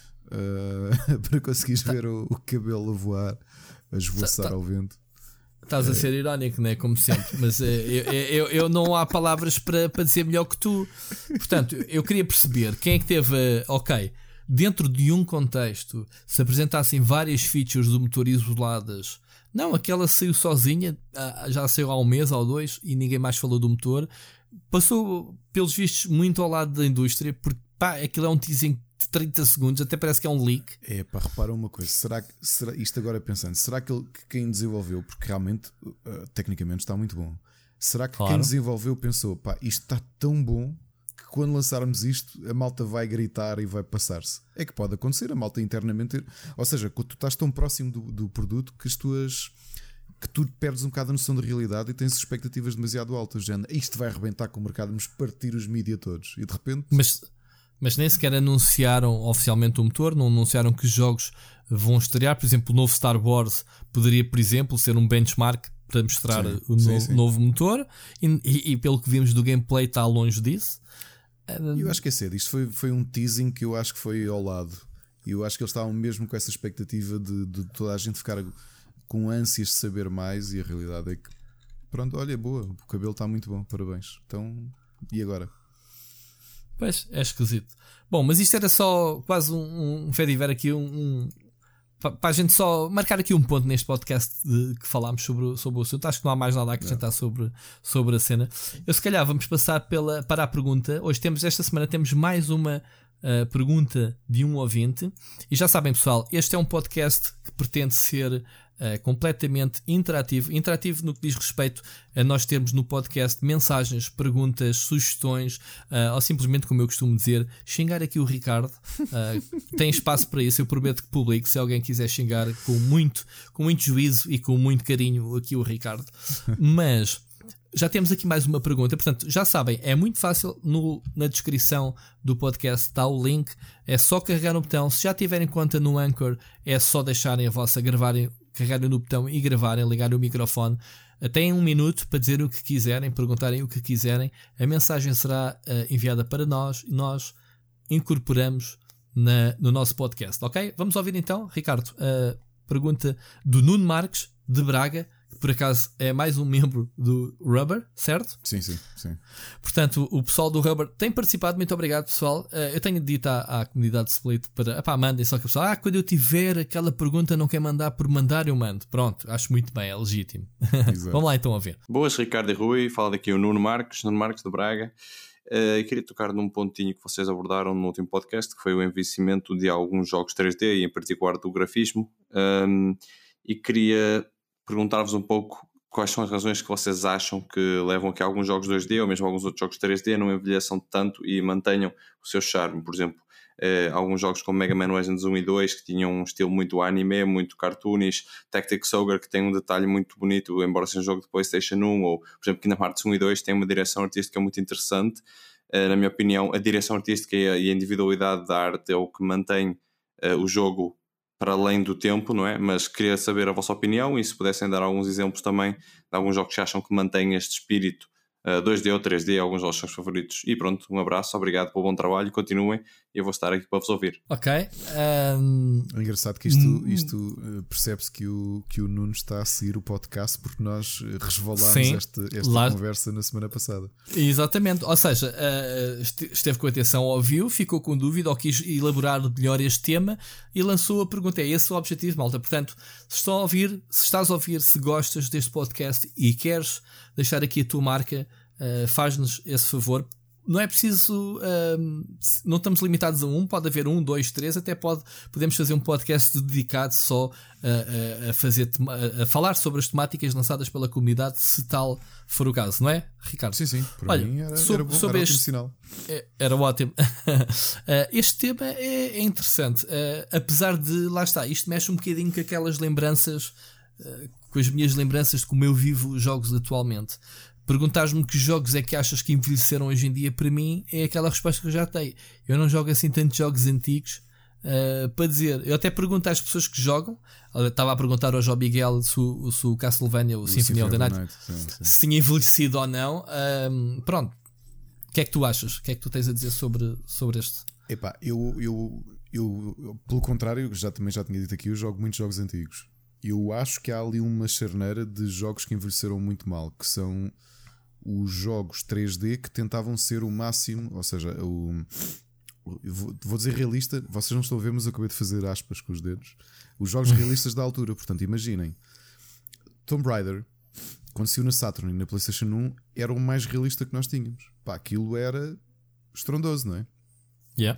uh, para conseguires ver o, o cabelo a voar, a esvoaçar tá, ao vento. Estás a ser irónico, não é? Como sempre, mas uh, eu, eu, eu não há palavras para, para dizer melhor que tu. Portanto, eu queria perceber quem é que teve. Uh, ok, dentro de um contexto, se apresentassem várias features do motor isoladas. Não, aquela saiu sozinha, já saiu há um mês ou dois e ninguém mais falou do motor. Passou, pelos vistos, muito ao lado da indústria, porque pá, aquilo é um teasing de trinta segundos, até parece que é um leak. É, pá, repara uma coisa, será que, será, isto agora pensando, será que, ele, que quem desenvolveu, porque realmente, uh, tecnicamente está muito bom, será que claro. Quem desenvolveu pensou, pá, isto está tão bom que quando lançarmos isto, a malta vai gritar e vai passar-se? É que pode acontecer, a malta internamente, ou seja, quando tu estás tão próximo do, do produto que as tuas, que tu perdes um bocado a noção de realidade e tens expectativas demasiado altas, género, isto vai arrebentar com o mercado, vamos partir os mídia todos, e de repente... Mas, mas nem sequer anunciaram oficialmente o motor, não anunciaram que jogos vão estrear. Por exemplo, o novo Star Wars poderia, por exemplo, ser um benchmark para mostrar sim, o sim, no, sim. novo motor, e, e, e pelo que vimos do gameplay está longe disso. Eu acho que é cedo, isto foi, foi um teasing que eu acho que foi ao lado, e eu acho que eles estavam mesmo com essa expectativa de, de toda a gente ficar com ânsias de saber mais, e a realidade é que pronto, olha, boa, o cabelo está muito bom, parabéns. Então, e agora? Pois, é esquisito. Bom, mas isto era só quase um, um fediver aqui, um, um para a gente só marcar aqui um ponto neste podcast de, que falámos sobre, sobre o assunto. Acho que não há mais nada a acrescentar sobre, sobre a cena. Eu se calhar vamos passar pela, para a pergunta. Hoje temos, esta semana temos mais uma uh, pergunta de um ouvinte. E já sabem, pessoal, este é um podcast que pretende ser Uh, completamente interativo, interativo no que diz respeito a nós termos no podcast mensagens, perguntas, sugestões, uh, ou simplesmente, como eu costumo dizer, xingar aqui o Ricardo. Uh, tem espaço para isso, eu prometo que publico se alguém quiser xingar com muito, com muito juízo e com muito carinho aqui o Ricardo. Mas já temos aqui mais uma pergunta, portanto, já sabem, é muito fácil, no, na descrição do podcast está o link, é só carregar no botão. Se já tiverem conta no Anchor, é só deixarem a vossa, gravarem, carregarem no botão e gravarem, ligarem o microfone. Têm um minuto para dizer o que quiserem, perguntarem o que quiserem. A mensagem será uh, enviada para nós e nós incorporamos na, no nosso podcast, ok? Vamos ouvir então, Ricardo, a pergunta do Nuno Marques, de Braga, que por acaso é mais um membro do Rubber, certo? Sim, sim, sim. Portanto, o pessoal do Rubber tem participado, muito obrigado, pessoal. Eu tenho dito à, à comunidade de Split para, epá, mandem, só que o pessoal, ah, quando eu tiver aquela pergunta não quer mandar por mandar, eu mando. Pronto, acho muito bem, é legítimo. Vamos lá então a ver. Boas, Ricardo e Rui, fala daqui o Nuno Marques, Nuno Marques de Braga. Uh, eu queria tocar num pontinho que vocês abordaram no último podcast, que foi o envelhecimento de alguns jogos três D e em particular do grafismo. Um, e queria perguntar-vos um pouco quais são as razões que vocês acham que levam a que alguns jogos dois D ou mesmo alguns outros jogos três D não envelheçam tanto e mantenham o seu charme. Por exemplo, eh, alguns jogos como Mega Man Legends um e dois que tinham um estilo muito anime, muito cartoonish, Tactics Ogre que tem um detalhe muito bonito, embora seja um jogo de PlayStation um, ou por exemplo Kingdom Hearts um e dois tem uma direção artística muito interessante. Eh, na minha opinião, a direção artística e a, e a individualidade da arte é o que mantém eh, o jogo para além do tempo, não é? Mas queria saber a vossa opinião e se pudessem dar alguns exemplos também de alguns jogos que acham que mantêm este espírito uh, dois D ou três D, alguns dos seus favoritos. E pronto, um abraço, obrigado pelo bom trabalho, continuem e eu vou estar aqui para vos ouvir. Ok. Um... É engraçado que isto, isto uh, percebe-se que o, que o Nuno está a seguir o podcast porque nós resvalámos esta, esta Lá... conversa na semana passada. Exatamente, ou seja, uh, esteve com atenção, ouviu, ficou com dúvida ou quis elaborar melhor este tema e lançou a pergunta. É esse o objetivo, malta. Portanto, se estão a ouvir, se estás a ouvir, se gostas deste podcast e queres deixar aqui a tua marca, uh, faz-nos esse favor. Não é preciso, uh, não estamos limitados a um, pode haver um, dois, três, até pode, podemos fazer um podcast dedicado só a, a, a, fazer, a, a falar sobre as temáticas lançadas pela comunidade, se tal for o caso, não é, Ricardo? Sim, sim, para Olha, mim era, sobre, era, bom, sobre era este, sinal. É, era ótimo. uh, este tema é, é interessante, uh, apesar de, lá está, isto mexe um bocadinho com aquelas lembranças, uh, com as minhas lembranças de como eu vivo jogos atualmente. Perguntares-me que jogos é que achas que envelheceram hoje em dia, para mim é aquela resposta que eu já tenho. Eu não jogo assim tantos jogos antigos uh, para dizer. Eu até pergunto às pessoas que jogam. Eu estava a perguntar ao João Miguel se o, se o Castlevania, o, o Symphony of the Night, Night sim, sim. se tinha envelhecido ou não. Um, pronto, o que é que tu achas? O que é que tu tens a dizer sobre, sobre este? Epá, eu, eu, eu, eu pelo contrário, já, também já tinha dito aqui, eu jogo muitos jogos antigos. Eu acho que há ali uma charneira de jogos que envelheceram muito mal, que são os jogos três D que tentavam ser o máximo, ou seja, o, o, vou dizer realista, vocês não estão a ver, mas eu acabei de fazer aspas com os dedos. Os jogos realistas da altura, portanto, imaginem, Tomb Raider, quando saiu na Saturn e na PlayStation um, era o mais realista que nós tínhamos. Pá, aquilo era estrondoso, não é? Yeah.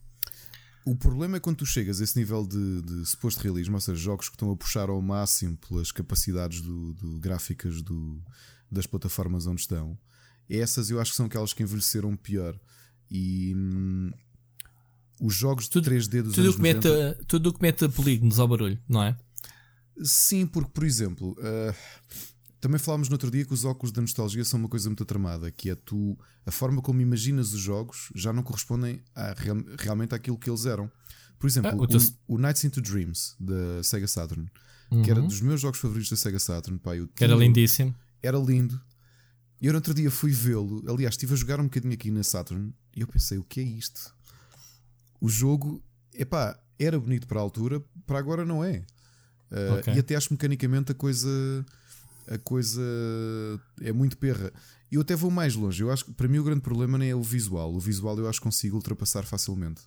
O problema é quando tu chegas a esse nível de, de suposto realismo, ou seja, jogos que estão a puxar ao máximo pelas capacidades do, do, gráficas do das plataformas onde estão, essas eu acho que são aquelas que envelheceram pior. E hum, os jogos de tudo, três D dos tudo anos que mete, noventa... tudo o que mete polígonos ao barulho, não é? Sim, porque, por exemplo, uh, também falámos no outro dia que os óculos da nostalgia são uma coisa muito tramada, que é tu, a forma como imaginas os jogos já não correspondem a, realmente àquilo que eles eram. Por exemplo, ah, o, teu... o, o Nights into Dreams da Sega Saturn, uhum. que era dos meus jogos favoritos da Sega Saturn, pá, eu que era lindíssimo. Era lindo. E eu no outro dia fui vê-lo. Aliás, estive a jogar um bocadinho aqui na Saturn e eu pensei, o que é isto? O jogo, epá, era bonito para a altura, para agora não é. Uh, okay. E até acho mecanicamente a coisa a coisa é muito perra. E eu até vou mais longe. Eu acho que para mim o grande problema nem é o visual. O visual eu acho que consigo ultrapassar facilmente.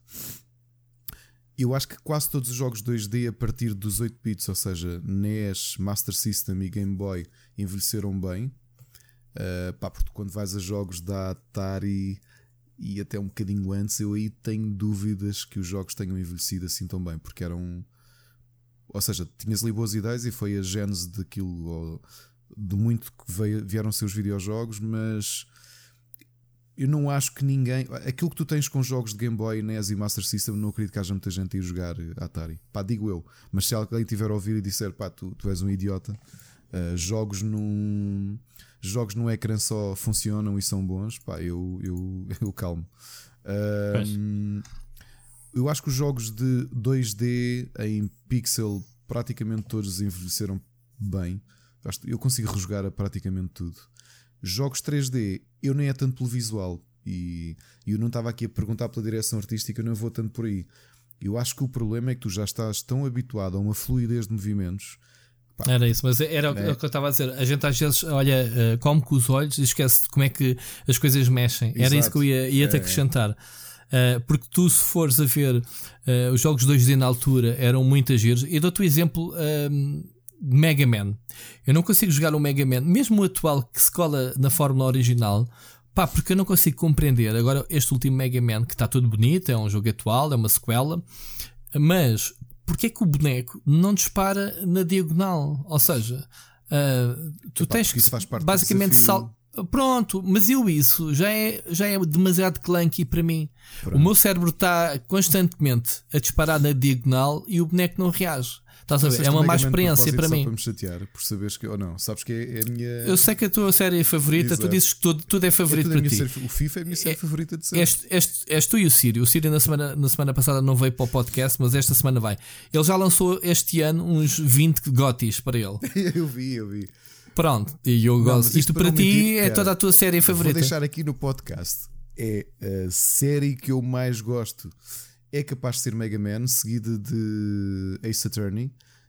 Eu acho que quase todos os jogos dois D a partir dos oito bits, ou seja, N E S, Master System e Game Boy, envelheceram bem. Uh, pá, porque quando vais a jogos da Atari e até um bocadinho antes, eu aí tenho dúvidas que os jogos tenham envelhecido assim tão bem, porque eram, ou seja, tinhas ali boas ideias e foi a gênese daquilo, ou, de muito que veio, vieram ser os videojogos, mas eu não acho que ninguém, aquilo que tu tens com jogos de Game Boy, N E S e Master System, não acredito que haja muita gente a ir jogar Atari, pá, digo eu, mas se alguém tiver a ouvir e disser, pá, tu, tu és um idiota, uh, jogos num jogos num ecrã só funcionam e são bons, pá, eu, eu, eu calmo. Uh, eu acho que os jogos de dois D em pixel praticamente todos envelheceram bem, eu consigo rejogar a praticamente tudo. Jogos três D, eu nem é tanto pelo visual, e eu não estava aqui a perguntar pela direção artística, eu não vou tanto por aí. Eu acho que o problema é que tu já estás tão habituado a uma fluidez de movimentos. Pá, era isso, mas era o que, é. que eu estava a dizer. A gente às vezes olha, uh, come com os olhos e esquece de como é que as coisas mexem. Exato. Era isso que eu ia, ia te é, acrescentar. Uh, porque tu, se fores a ver uh, os jogos dois D na altura, eram muito giros. E dou-te o exemplo. Uh, Mega Man. Eu não consigo jogar o Mega Man, mesmo o atual que se cola na fórmula original, pá, porque eu não consigo compreender. Agora, este último Mega Man, que está todo bonito, é um jogo atual, é uma sequela, mas porque é que o boneco não dispara na diagonal? Ou seja, uh, tu Epá, tens que faz parte basicamente sal... Pronto, mas eu isso já é, já é demasiado clunky para mim. Pronto. O meu cérebro está constantemente a disparar na diagonal e o boneco não reage. Estás a ver? É uma má experiência para mim. Para me chatear, por saberes que ou não, sabes que é, é a minha. Eu sei que a tua série favorita, Exato. Tu dizes que tudo, tudo é favorito é tudo para ti. Série, o FIFA é a minha série é, favorita de sempre. És, és, és tu e o Sírio. O Sírio na semana, na semana passada não veio para o podcast, mas esta semana vai. Ele já lançou este ano uns vinte gotis para ele. eu vi, eu vi. Pronto, e eu gosto. Isto, isto para ti mentir, é cara, toda a tua série favorita. Vou deixar aqui no podcast. É a série que eu mais gosto. É capaz de ser Mega Man, seguida de Ace Attorney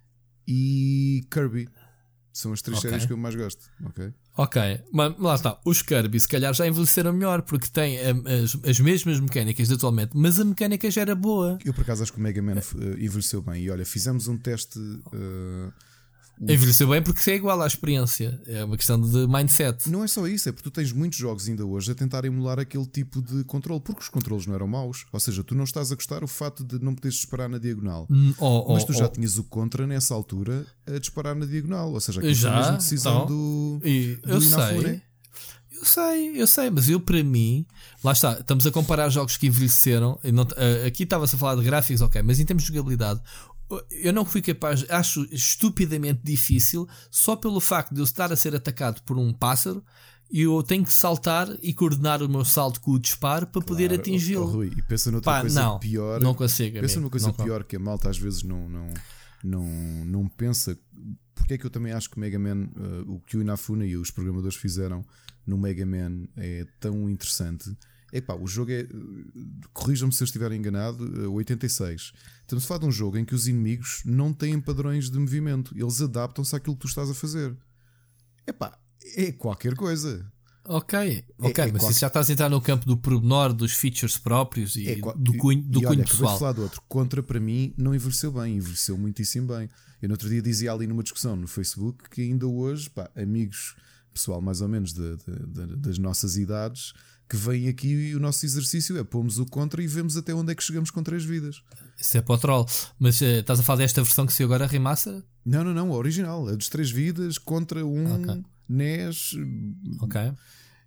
e Kirby. São as três okay. séries que eu mais gosto. Ok, ok, mas lá está. Os Kirby se calhar já envelheceram melhor porque têm as, as mesmas mecânicas de atualmente, mas a mecânica já era boa. Eu por acaso acho que o Mega Man uh, envelheceu bem. E olha, fizemos um teste. Uh, Envelheceu bem porque é igual à experiência. É uma questão de mindset. Não é só isso, é porque tu tens muitos jogos ainda hoje a tentar emular aquele tipo de controle, porque os controles não eram maus. Ou seja, tu não estás a gostar o fato de não poderes disparar na diagonal, mm, oh, mas tu oh, já oh. tinhas o contra nessa altura a disparar na diagonal. Ou seja, aquilo já, foi a mesma decisão então, do, e, do eu Inafune. sei. Eu sei, eu sei, mas eu para mim, lá está, estamos a comparar jogos que envelheceram. Não, aqui estava-se a falar de gráficos, ok, mas em termos de jogabilidade, eu não fui capaz, acho estupidamente difícil, só pelo facto de eu estar a ser atacado por um pássaro e eu tenho que saltar e coordenar o meu salto com o disparo para claro, poder atingi-lo. Oh, Rui, e pensa noutra Pá, coisa não, pior. Não consigo. Pensa amigo, numa coisa não pior consigo. que a malta às vezes não, não, não, não pensa. Porque é que eu também acho que o Mega Man, uh, o que o Inafune e os programadores fizeram no Mega Man é tão interessante. Epá, o jogo é, corrijam-me se eu estiver enganado, oitenta e seis. Estamos a falar de um jogo em que os inimigos não têm padrões de movimento, eles adaptam-se àquilo que tu estás a fazer. Epá, é qualquer coisa. Ok, ok, é, é mas qual... isso já estás a entrar no campo do pormenor, dos features próprios e é qual... do cunho, do e, e cunho olha, pessoal. Vou-te falar do outro. Contra, para mim, não envelheceu bem, envelheceu muitíssimo bem. Eu no outro dia dizia ali numa discussão no Facebook que ainda hoje, pá, amigos, pessoal mais ou menos de, de, de, das nossas idades, que vem aqui e o nosso exercício é pomos o contra e vemos até onde é que chegamos com três vidas. Isso é para o troll. Mas uh, estás a falar desta versão que saiu agora, a remaster? Não, não, não, a original, a dos três vidas contra um okay. N E S. Ok. Uh,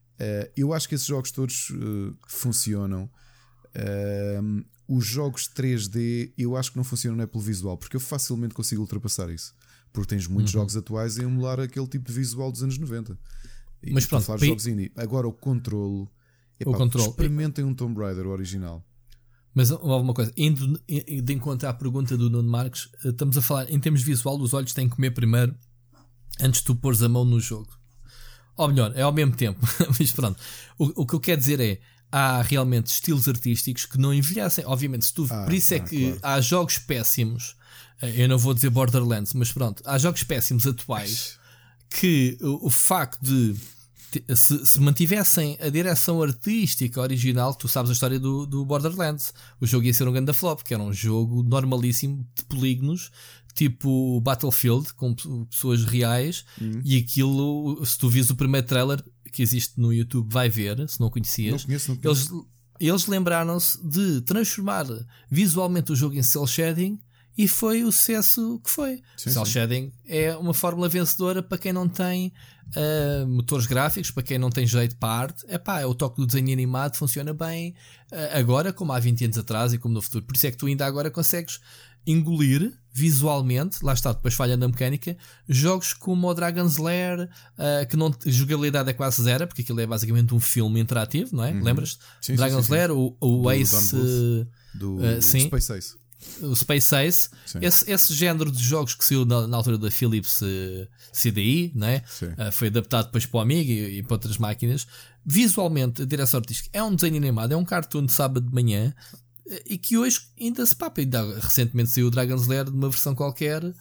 eu acho que esses jogos todos uh, funcionam. Uh, os jogos três D eu acho que não funcionam não é pelo visual, porque eu facilmente consigo ultrapassar isso. Porque tens muitos uhum. jogos atuais a emular aquele tipo de visual dos anos noventa. Mas e, pronto, falar de jogos indie. Agora o controlo. Epá, o controle. Experimentem um Tomb Raider original. Mas alguma coisa, indo de encontro à pergunta do Nuno Marques, estamos a falar em termos visual, os olhos têm que comer primeiro antes de tu pôres a mão no jogo. Ou melhor, é ao mesmo tempo. Mas pronto, o, o que eu quero dizer é, há realmente estilos artísticos que não envelhecem. Obviamente, se tu, ah, por isso é ah, que claro. Há jogos péssimos, eu não vou dizer Borderlands, mas pronto, há jogos péssimos atuais que o, o facto de Se, se mantivessem a direção artística original, tu sabes a história do, do Borderlands, o jogo ia ser um grande flop, que era um jogo normalíssimo de polígonos, tipo Battlefield, com pessoas reais, hum. e aquilo, se tu vis o primeiro trailer que existe no YouTube, vai ver, se não conhecias. Não conheço, não conheço. Eles, eles lembraram-se de transformar visualmente o jogo em cel shading e foi o sucesso que foi. Sim, cel sim. shading é uma fórmula vencedora para quem não tem uh, motores gráficos, para quem não tem jeito para a arte. Epá, é o toque do desenho animado, funciona bem uh, agora como há vinte anos atrás e como no futuro. Por isso é que tu ainda agora consegues engolir visualmente, lá está, depois falha na mecânica, jogos como o Dragon's Lair, uh, que não, a jogabilidade é quase zero, porque aquilo é basicamente um filme interativo, não é? Uhum. Lembras-te? Sim, Dragon's sim, sim, Lair, sim. o, o Do Ace, Don Bluth, do uh, sim. Space Ace. o Space Ace, esse, esse género de jogos que saiu na, na altura da Philips uh, C D I, não é? Uh, foi adaptado depois para o Amiga e, e para outras máquinas. Visualmente, a direção artística é um desenho animado, é um cartoon de sábado de manhã. E que hoje ainda se papa. Ainda recentemente saiu o Dragon's Lair de uma versão qualquer. Uh,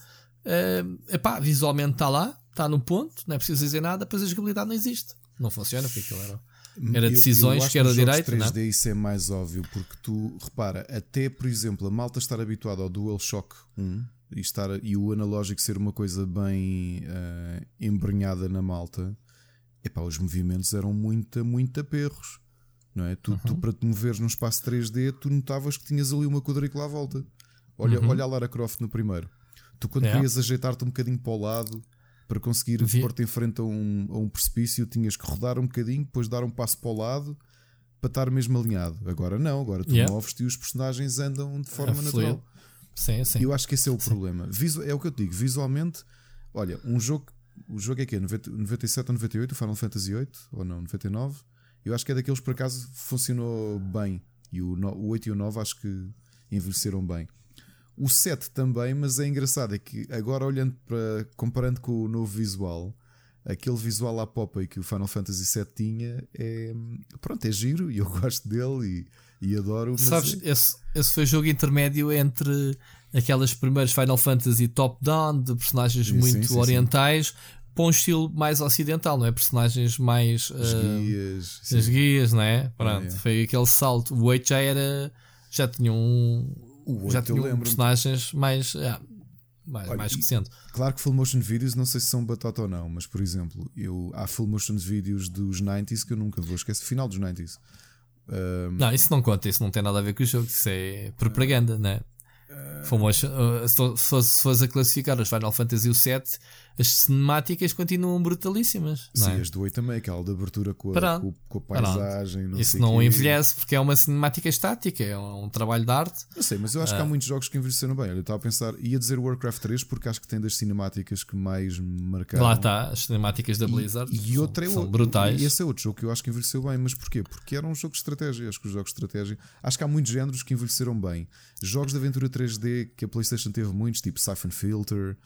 epá, visualmente está lá, está no ponto, não é preciso dizer nada. Depois a jogabilidade não existe, não funciona. Porque aquilo era, era decisões eu, eu que era direito. três D isso é mais óbvio, porque tu repara, até por exemplo, a malta estar habituada ao DualShock um e, estar, e o analógico ser uma coisa bem uh, embrenhada na malta, epá, os movimentos eram muito, muito aperros. Não é? Tu, uhum. tu para te moveres num espaço três D, tu notavas que tinhas ali uma quadrícula à volta. Olha, uhum. olha a Lara Croft no primeiro. Tu, quando yeah. querias ajeitar-te um bocadinho para o lado para conseguir Vi... pôr-te em frente a um, a um precipício, tinhas que rodar um bocadinho, depois dar um passo para o lado para estar mesmo alinhado. Agora não, agora tu yeah. moves-te e os personagens andam de forma é natural. Sim, sim. E eu acho que esse é o sim. problema. Visu... É o que eu te digo, visualmente, olha, um jogo, o jogo é que é noventa e sete ou noventa e oito, o Final Fantasy oito, ou não, noventa e nove. Eu acho que é daqueles por acaso funcionou bem. E o, no, o oito e o nove acho que envelheceram bem. O sete também, mas é engraçado. É que agora olhando para, comparando com o novo visual, aquele visual à Popeye que o Final Fantasy sete tinha, é, pronto, é giro e eu gosto dele e, e adoro. Mas sabes, é... esse, esse foi o jogo intermédio entre aquelas primeiras Final Fantasy top-down de personagens sim, muito sim, sim, orientais. Sim. Para um estilo mais ocidental, não é? Personagens mais as uh, guias, sim. as guias, não é? Pronto, é, é. Foi aquele salto. O oito já era, já tinha um, o já tinha um personagens mais, ah, mais, Olha, mais recente. Claro que full motion videos, não sei se são batata ou não, mas por exemplo, eu há full motion videos dos noventa que eu nunca vou esquecer. Final dos noventa. Um, não, isso não conta, isso não tem nada a ver com o jogo, isso é propaganda, uh, não é? Uh, full motion, uh, se, se fores a classificar os Final Fantasy sete, as cinemáticas continuam brutalíssimas. Sim, não é? as do oito também, aquela de abertura com a, com, com a paisagem. Não Isso sei não quê. envelhece porque é uma cinemática estática, é um trabalho de arte. Não sei, mas eu acho uh, que há muitos jogos que envelheceram bem. Olha, eu estava a pensar, ia dizer Warcraft três porque acho que tem das cinemáticas que mais marcaram. Lá está, as cinemáticas da Blizzard e, e outra são, é são outro, brutais. E esse é outro jogo que eu acho que envelheceu bem. Mas porquê? Porque era um jogo de estratégia. Acho que os jogos de estratégia, acho que há muitos géneros que envelheceram bem. Jogos de aventura três D que a PlayStation teve muitos, tipo Siphon Filter.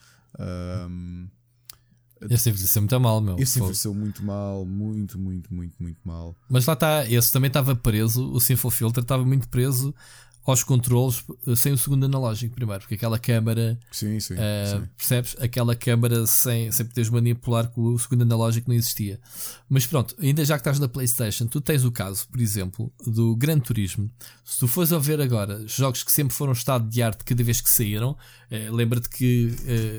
Um, Esse envelheceu muito mal, meu. Esse envelheceu muito mal, muito, muito, muito, muito mal. Mas lá está, esse também estava preso, o Siphon Filter estava muito preso aos controles sem o segundo analógico primeiro, porque aquela câmara, sim, sim, uh, sim. percebes? Aquela câmara sem, sem poderes manipular com o segundo analógico não existia. Mas pronto, ainda já que estás na PlayStation, tu tens o caso, por exemplo, do Gran Turismo. Se tu fores a ver agora jogos que sempre foram estado de arte cada vez que saíram, uh, lembra-te que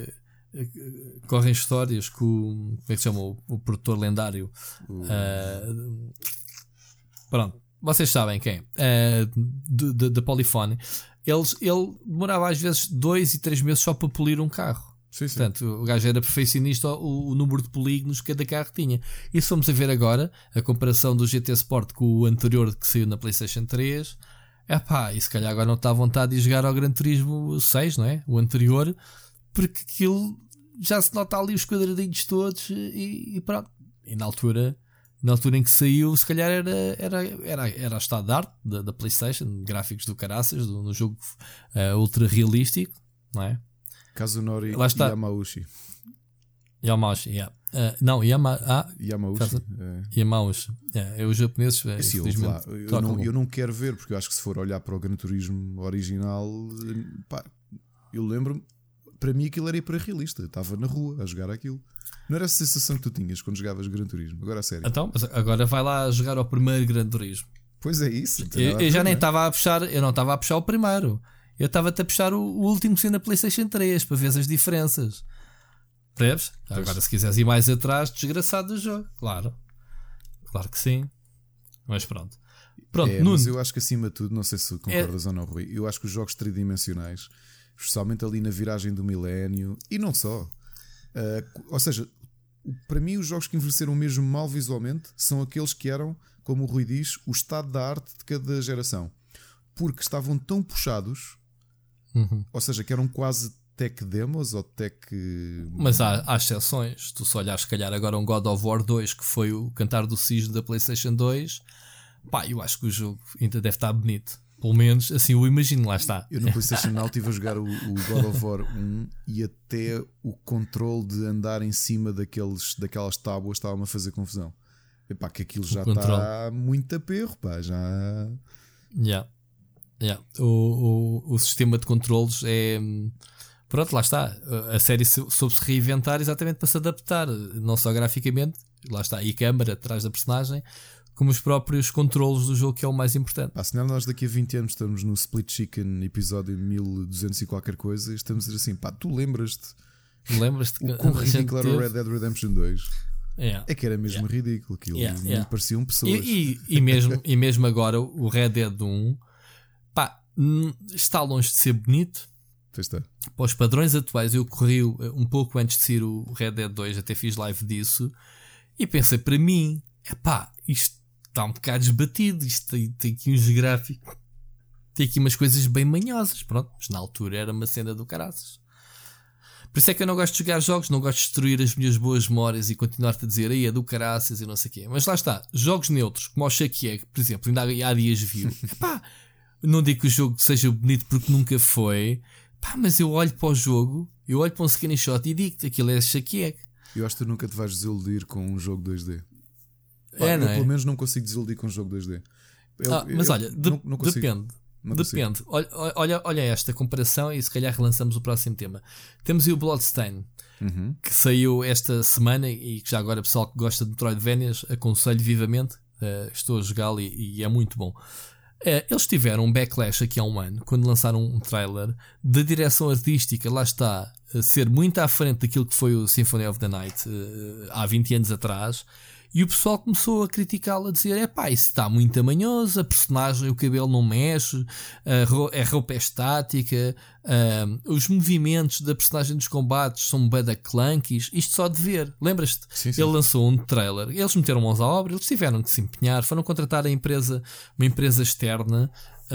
uh, correm histórias que o, como é que se chama, o, o produtor lendário uh. Uh, pronto, vocês sabem quem uh, da Polyphony. Eles, ele demorava às vezes dois e três meses só para polir um carro. Sim, sim. Portanto, o gajo era perfeccionista o, o número de polígonos que cada carro tinha. E se formos a ver agora a comparação do G T Sport com o anterior que saiu na PlayStation três, epá, e se calhar agora não está à vontade de jogar ao Gran Turismo seis, não é? O anterior, porque aquilo já se nota ali os quadradinhos todos e, e pronto. E na altura, na altura em que saiu, se calhar era, era, era, era a estado de arte da, da PlayStation, gráficos do caraças, do, no jogo uh, ultra realístico, não é? Kazunori Yamauchi. Yamauchi, yeah. Uh, não, Yama, ah, Yamauchi. Kazu, é. Yamauchi. Yeah, é os japoneses. É, assim, eu, lá, eu, não, eu não quero ver, porque eu acho que se for olhar para o Gran Turismo original, pá, eu lembro-me, para mim aquilo era hiper realista. Eu estava na rua a jogar aquilo. Não era essa sensação que tu tinhas quando jogavas Gran Turismo. Agora a sério. Então, mas agora vai lá jogar ao primeiro Gran Turismo. Pois é isso. Eu, eu já nem estava a puxar, eu não estava a puxar o primeiro. Eu estava-te a puxar o, o último que saiu na PlayStation três para ver as diferenças. Percebes? Agora, se quiseres ir mais atrás, desgraçado do jogo. Claro. Claro que sim. Mas pronto. Pronto, é, Nuno. Mas eu acho que acima de tudo, não sei se concordas é... ou não, Rui, eu acho que os jogos tridimensionais, especialmente ali na viragem do milénio, e não só, uh, ou seja, para mim os jogos que envelheceram mesmo mal visualmente são aqueles que eram, como o Rui diz, o estado da arte de cada geração, porque estavam tão puxados, uhum. ou seja, que eram quase tech demos ou tech. Mas há, há exceções. Tu só olhares, se calhar, agora um God of War dois, que foi o cantar do cisne da PlayStation dois. Pá, eu acho que o jogo ainda deve estar bonito. Pelo menos assim eu imagino, lá está. Eu no PlayStation Now estive a jogar o, o God of War um e até o controle de andar em cima daqueles, daquelas tábuas estava-me a fazer confusão. Epá, que aquilo já está muito a perro, pá, já. Yeah. Yeah. O, o, o sistema de controles é. Pronto, lá está. A série soube-se reinventar exatamente para se adaptar, não só graficamente, lá está, e câmara atrás da personagem, como os próprios controlos do jogo, que é o mais importante. Ah, se não, nós daqui a vinte anos estamos no Split Chicken episódio mil e duzentos e qualquer coisa e estamos a dizer assim, pá, tu lembras-te lembras-te que o quão ridículo era o Red Dead Redemption dois? Yeah. É que era mesmo yeah. ridículo aquilo, yeah. não yeah. pareciam pessoas. E, e, e, mesmo, e mesmo agora o Red Dead um, pá, está longe de ser bonito. Está. Para os padrões atuais, eu corri um pouco antes de sair o Red Dead dois, até fiz live disso, e pensei para mim, epá, isto está um bocado desbatido, isto tem, tem aqui uns gráficos, tem aqui umas coisas bem manhosas, pronto, mas na altura era uma cena do caraças. Por isso é que eu não gosto de jogar jogos, não gosto de destruir as minhas boas memórias e continuar-te a dizer aí é do caraças e não sei o quê. Mas lá está, jogos neutros, como o Shakieg, por exemplo, ainda há dias viu, epá, não digo que o jogo seja bonito porque nunca foi. Pá, mas eu olho para o jogo, eu olho para um screenshot e digo-te aquilo é Shakieg. Eu acho que tu nunca te vais desiludir com um jogo dois D. Pá, é, eu não é? pelo menos não consigo desiludir com um jogo dois D. Eu, ah, mas eu, olha, eu, de, não, não depende. Não depende. Olha, olha, olha esta comparação e se calhar relançamos o próximo tema. Temos aí o Bloodstain, uhum. que saiu esta semana e que já agora, pessoal que gosta de Metroidvanias, aconselho vivamente. Uh, estou a jogá-lo e, e é muito bom. Uh, eles tiveram um backlash aqui há um ano, quando lançaram um trailer da direção artística, lá está, a ser muito à frente daquilo que foi o Symphony of the Night uh, há vinte anos atrás, e o pessoal começou a criticá-lo, a dizer, é pá, isso está muito tamanhoso, a personagem, o cabelo não mexe, a roupa, a roupa é estática, uh, os movimentos da personagem dos combates são bada clunkies, isto só de ver, lembras-te? Sim, sim. Ele lançou um trailer, eles meteram mãos à obra, eles tiveram que se empenhar, foram contratar a empresa, uma empresa externa,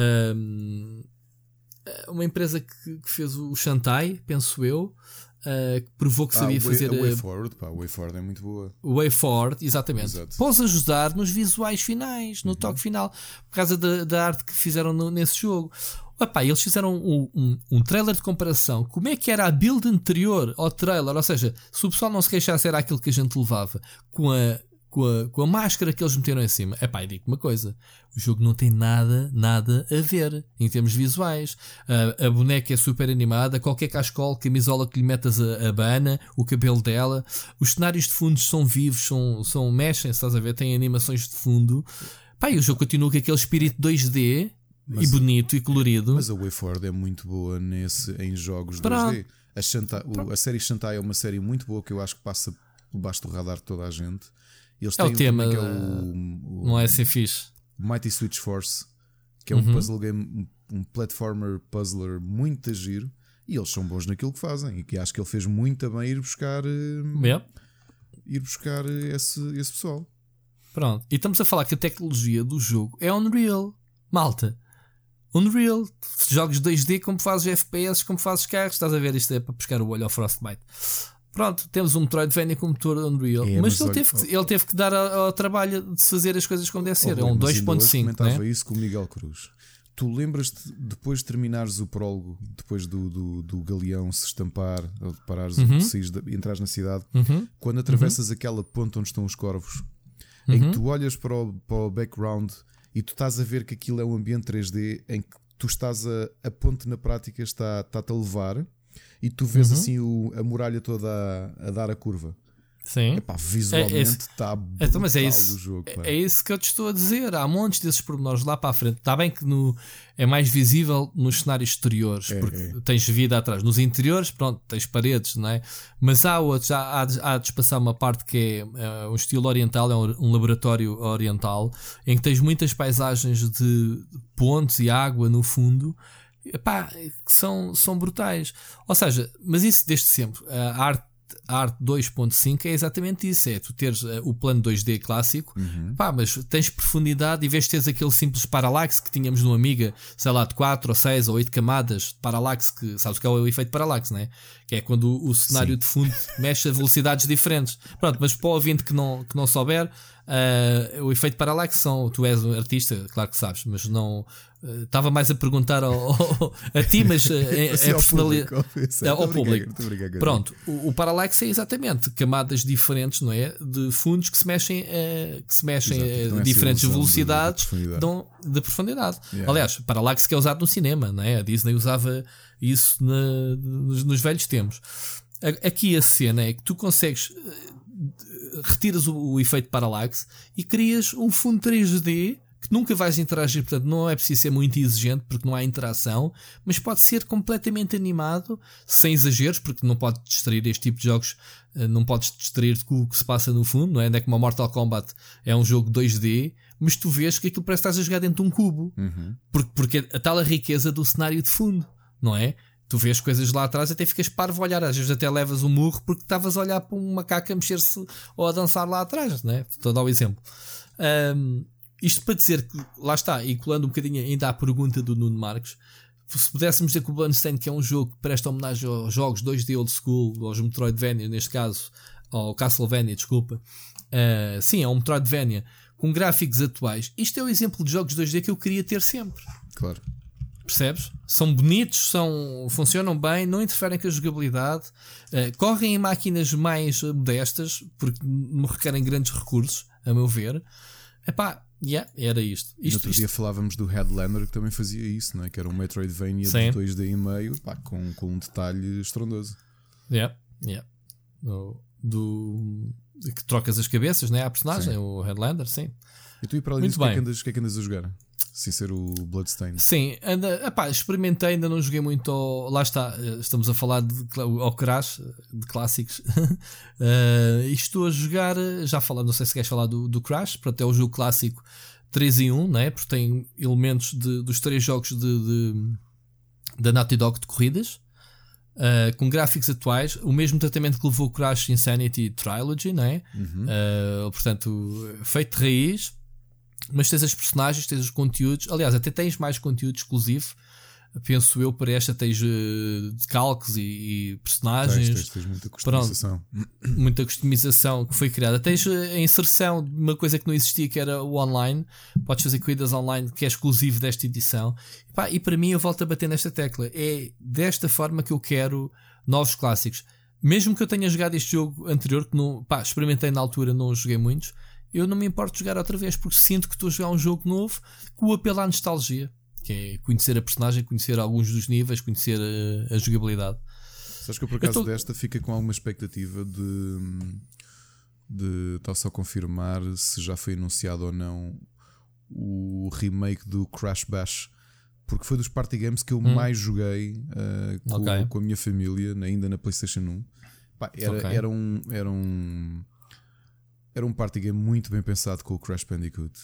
um, uma empresa que, que fez o Shantae, penso eu, Uh, que provou que ah, sabia way, fazer a Way Forward, pá, a Way Forward é muito boa. o Way Forward, exatamente. Exato. Pôs ajudar nos visuais finais, no uhum. toque final, por causa da, da arte que fizeram no, nesse jogo. Epá, eles fizeram um, um, um trailer de comparação. Como é que era a build anterior ao trailer? Ou seja, se o pessoal não se queixasse, era aquilo que a gente levava com a, com a, com a máscara que eles meteram em cima. Epá, e digo uma coisa: o jogo não tem nada, nada a ver em termos visuais. A, a boneca é super animada, qualquer cascola, camisola que lhe metas a, a bana, o cabelo dela, os cenários de fundo são vivos, são, são mexem, estás a ver? Têm animações de fundo. Pá, e o jogo continua com aquele espírito dois D. Mas, e bonito e colorido. Mas a Way Forward é muito boa nesse, em jogos Pronto. dois D. A, Shantae, o, a série Shantae é uma série muito boa que eu acho que passa debaixo do radar de toda a gente. Eles é têm o tema, que é o, o, não é assim fixe. Mighty Switch Force, que é um uhum. puzzle game, um platformer puzzler muito giro. E eles são bons naquilo que fazem. E que acho que ele fez muito bem ir buscar yeah. ir buscar esse, esse pessoal. Pronto. E estamos a falar que a tecnologia do jogo é Unreal. Malta, Unreal, jogos dois D, como fazes F P S, como fazes carros, estás a ver, isto é para pescar o olho ao Frostbite. Pronto, temos um Metroidvania com motor Unreal, é, mas, mas ele, olha, teve que, ele teve que dar ao, ao trabalho de se fazer as coisas como deve ser. Oh, é um dois ponto cinco. Eu comentava né? isso com o Miguel Cruz. Tu lembras-te, depois de terminares o prólogo, depois do, do, do galeão se estampar, ou de parares, uhum. de entrares na cidade, uhum. quando atravessas uhum. aquela ponte onde estão os corvos, uhum. em que tu olhas para o, para o background e tu estás a ver que aquilo é um ambiente três D em que tu estás a, a ponte na prática está, está-te a levar e tu vês uhum. assim o, a muralha toda a, a dar a curva. Sim. Epá, visualmente está é, brutal então, mas é isso, o jogo. É, é isso que eu te estou a dizer. Há montes desses pormenores lá para a frente. Está bem que no, é mais visível nos cenários exteriores, é, porque é. tens vida atrás. Nos interiores, pronto, tens paredes, não é? Mas há outros, há, há, há de espaçar uma parte que é, é um estilo oriental, é um, um laboratório oriental, em que tens muitas paisagens de pontes e água no fundo. Epá, que são, são brutais. Ou seja, mas isso desde sempre. A arte A arte dois ponto cinco é exatamente isso, é tu teres uh, o plano dois D clássico, uhum. pá, mas tens profundidade e vez de teres aquele simples parallax que tínhamos no Amiga, sei lá, de quatro ou seis ou oito camadas de parallax, que sabes o que é o efeito parallax, né? Que é quando o, o cenário Sim. de fundo mexe a velocidades diferentes. Pronto, mas para o ouvinte que não, que não souber, uh, o efeito parallax são, tu és um artista, claro que sabes, mas não... Estava uh, mais a perguntar ao, ao, a ti, mas é, é personalidade ao, ao público. Pronto, o, o parallax é exatamente camadas diferentes, não é? De fundos que se mexem a, que se mexem a diferentes velocidades de, de profundidade. De, de profundidade. Yeah. Aliás, parallax que é usado no cinema, não é? A Disney usava isso na, nos, nos velhos tempos. Aqui a cena é que tu consegues retiras o, o efeito parallax e crias um fundo três D que nunca vais interagir, portanto não é preciso ser muito exigente porque não há interação, mas pode ser completamente animado, sem exageros, porque não pode distrair este tipo de jogos, não podes distrair-te com o que se passa no fundo, não é? Não é como a Mortal Kombat, é um jogo dois D, mas tu vês que aquilo parece que estás a jogar dentro de um cubo, uhum. porque, porque a tal a riqueza do cenário de fundo, não é? Tu vês coisas lá atrás, até ficas parvo a olhar, às vezes até levas um murro porque estavas a olhar para um macaco a mexer-se ou a dançar lá atrás, não é? Estou a dar o exemplo. Um, Isto para dizer que, lá está, e colando um bocadinho ainda à pergunta do Nuno Marques, se pudéssemos dizer que o Bloodstain, que é um jogo que presta homenagem aos jogos dois D old school, aos Metroidvania, neste caso, ao Castlevania, desculpa, uh, sim, é um Metroidvania com gráficos atuais. Isto é o exemplo de jogos dois D que eu queria ter sempre. Claro. Percebes? São bonitos, são, funcionam bem, não interferem com a jogabilidade, uh, correm em máquinas mais modestas, porque não requerem grandes recursos, a meu ver. Epá, yeah, era isto. isto no outro isto. dia falávamos do Headlander que também fazia isso, não é? Que era um Metroidvania Sim. de dois D e meio, pá, com, com um detalhe estrondoso. Yeah, yeah. Do, do, que trocas as cabeças, né? A personagem, sim. o Headlander, sim. E tu, e para além disso, o que, é que, andas, que é que andas a jogar? Sem ser o Bloodstained. Sim, anda, epá, experimentei, ainda não joguei muito ao, lá está, estamos a falar de, ao Crash, de clássicos. uh, e estou a jogar, já falando, não sei se queres falar do, do Crash, pronto, é o jogo clássico três em um, né? Porque tem elementos de, dos três jogos de, de, da Naughty Dog de corridas, uh, com gráficos atuais, o mesmo tratamento que levou o Crash Insanity Trilogy, né? Uhum. Uh, portanto, feito de raiz. Mas tens as personagens, tens os conteúdos. Aliás, até tens mais conteúdo exclusivo. Penso eu, para esta tens uh, calques e, e personagens. Tens, tens, tens muita customização. Pronto, muita customização que foi criada. Tens a inserção de uma coisa que não existia, que era o online. Podes fazer corridas online, que é exclusivo desta edição. E, pá, e para mim, eu volto a bater nesta tecla. É desta forma que eu quero novos clássicos. Mesmo que eu tenha jogado este jogo anterior, que não, pá, experimentei na altura, não joguei muitos. Eu não me importo de jogar outra vez, porque sinto que estou a jogar um jogo novo com o apelo à nostalgia, que é conhecer a personagem, conhecer alguns dos níveis, conhecer a, a jogabilidade. Sabes que eu por acaso eu tô... desta fica com alguma expectativa de, de tal só confirmar se já foi anunciado ou não o remake do Crash Bash, porque foi dos party games que eu hum. mais joguei uh, com, okay. com a minha família, ainda na PlayStation um. Pá, era, okay. era um... Era um Era um party game muito bem pensado com o Crash Bandicoot.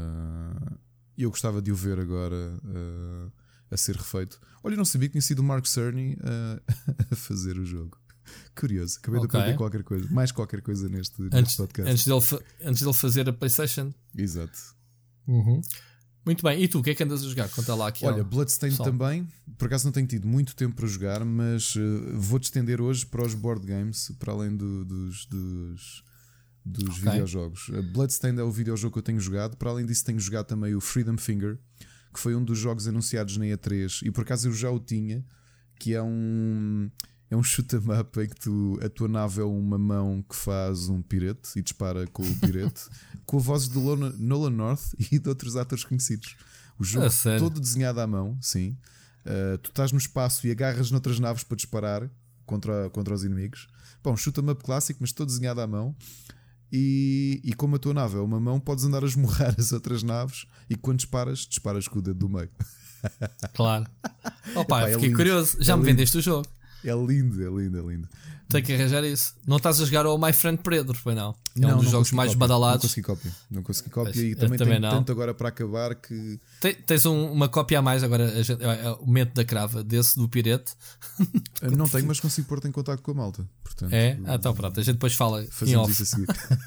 E uh, eu gostava de o ver agora uh, a ser refeito. Olha, eu não sabia que tinha sido o Mark Cerny uh, a fazer o jogo. Curioso, acabei okay. de aprender qualquer coisa, mais qualquer coisa neste, neste antes, podcast. Antes dele, fa- antes dele fazer a PlayStation. Exato. Uhum. Muito bem, e tu, o que é que andas a jogar? Conta lá aqui. Olha, Bloodstained também. Por acaso não tenho tido muito tempo para jogar, mas uh, vou-te estender hoje para os board games, para além do, dos. dos dos okay. videojogos. Bloodstained é o videojogo que eu tenho jogado. Para além disso tenho jogado também o Freedom Finger, que foi um dos jogos anunciados na E três, e por acaso eu já o tinha, que é um é um shoot 'em up em que tu, a tua nave é uma mão que faz um pirete e dispara com o pirete, com a voz de Nolan North e de outros atores conhecidos. O jogo é todo desenhado à mão, sim. Uh, tu estás no espaço e agarras noutras naves para disparar. contra, contra os inimigos. Bom, shoot 'em up clássico, mas todo desenhado à mão. E, e como a tua nave é uma mão, podes andar a esmurrar as outras naves e quando disparas, disparas com o dedo do meio. Claro. Opa, Epá, é fiquei lindo. curioso. Já É me lindo. vendeste o jogo. É lindo, é lindo, é lindo. Tenho que arranjar isso. Não estás a jogar ao My Friend Pedro, foi não? É Não, um dos não jogos consegui mais cópia. badalados. Não consegui cópia. Não consegui cópia Pois, e eu também, também tenho não. tanto agora para acabar que. Te- Tens um- uma cópia a mais agora, a gente- é, é, o momento da crava, desse do Pirete. Não tenho, mas consigo pôr-te em contato com a malta. Portanto, É? Ah, então pronto, a gente depois fala em fazemos off. isso a seguir.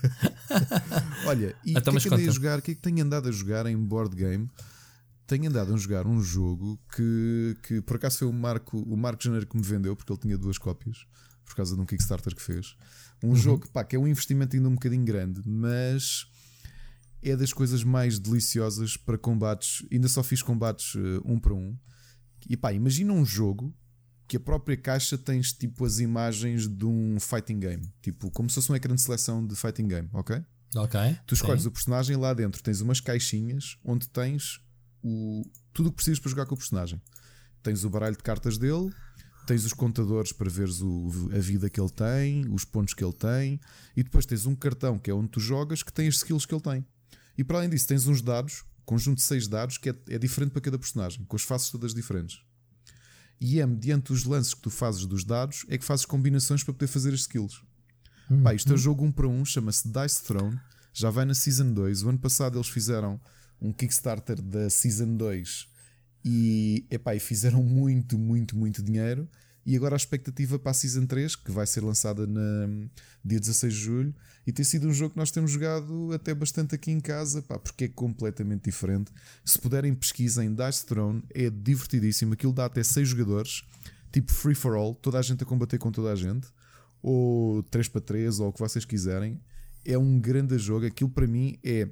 Olha, e o Então, que é mas que andei a conta. jogar? O que é que tenho andado a jogar em board game? Tenho andado a jogar um jogo que, que por acaso foi o Marco, o Marco Janeiro que me vendeu, porque ele tinha duas cópias, por causa de um Kickstarter que fez. Um Uhum. jogo pá, que é um investimento ainda um bocadinho grande, mas é das coisas mais deliciosas para combates. Ainda só fiz combates eh, um para um. E pá, imagina um jogo que a própria caixa tens tipo as imagens de um fighting game, tipo como se fosse um ecrã de seleção de fighting game, ok? Ok. Tu escolhes sim. o personagem, lá dentro tens umas caixinhas onde tens o, tudo o que precisas para jogar com o personagem. Tens o baralho de cartas dele, tens os contadores para veres o, a vida que ele tem, os pontos que ele tem, e depois tens um cartão que é onde tu jogas que tem as skills que ele tem. E para além disso tens uns dados, conjunto de seis dados que é, é diferente para cada personagem, com as faces todas diferentes. E é mediante os lances que tu fazes dos dados é que fazes combinações para poder fazer as skills. Hum, Pá, isto é um jogo um para um, chama-se Dice Throne, já vai na Season dois. O ano passado eles fizeram um Kickstarter da Season dois e, epá, e fizeram muito, muito, muito dinheiro. E agora a expectativa para a Season três, que vai ser lançada no dia dezasseis de julho, e tem sido um jogo que nós temos jogado até bastante aqui em casa, pá, porque é completamente diferente. Se puderem, pesquisem Dice Throne, é divertidíssimo. Aquilo dá até seis jogadores, tipo free for all, toda a gente a combater com toda a gente, ou três para três, ou o que vocês quiserem. É um grande jogo. Aquilo para mim é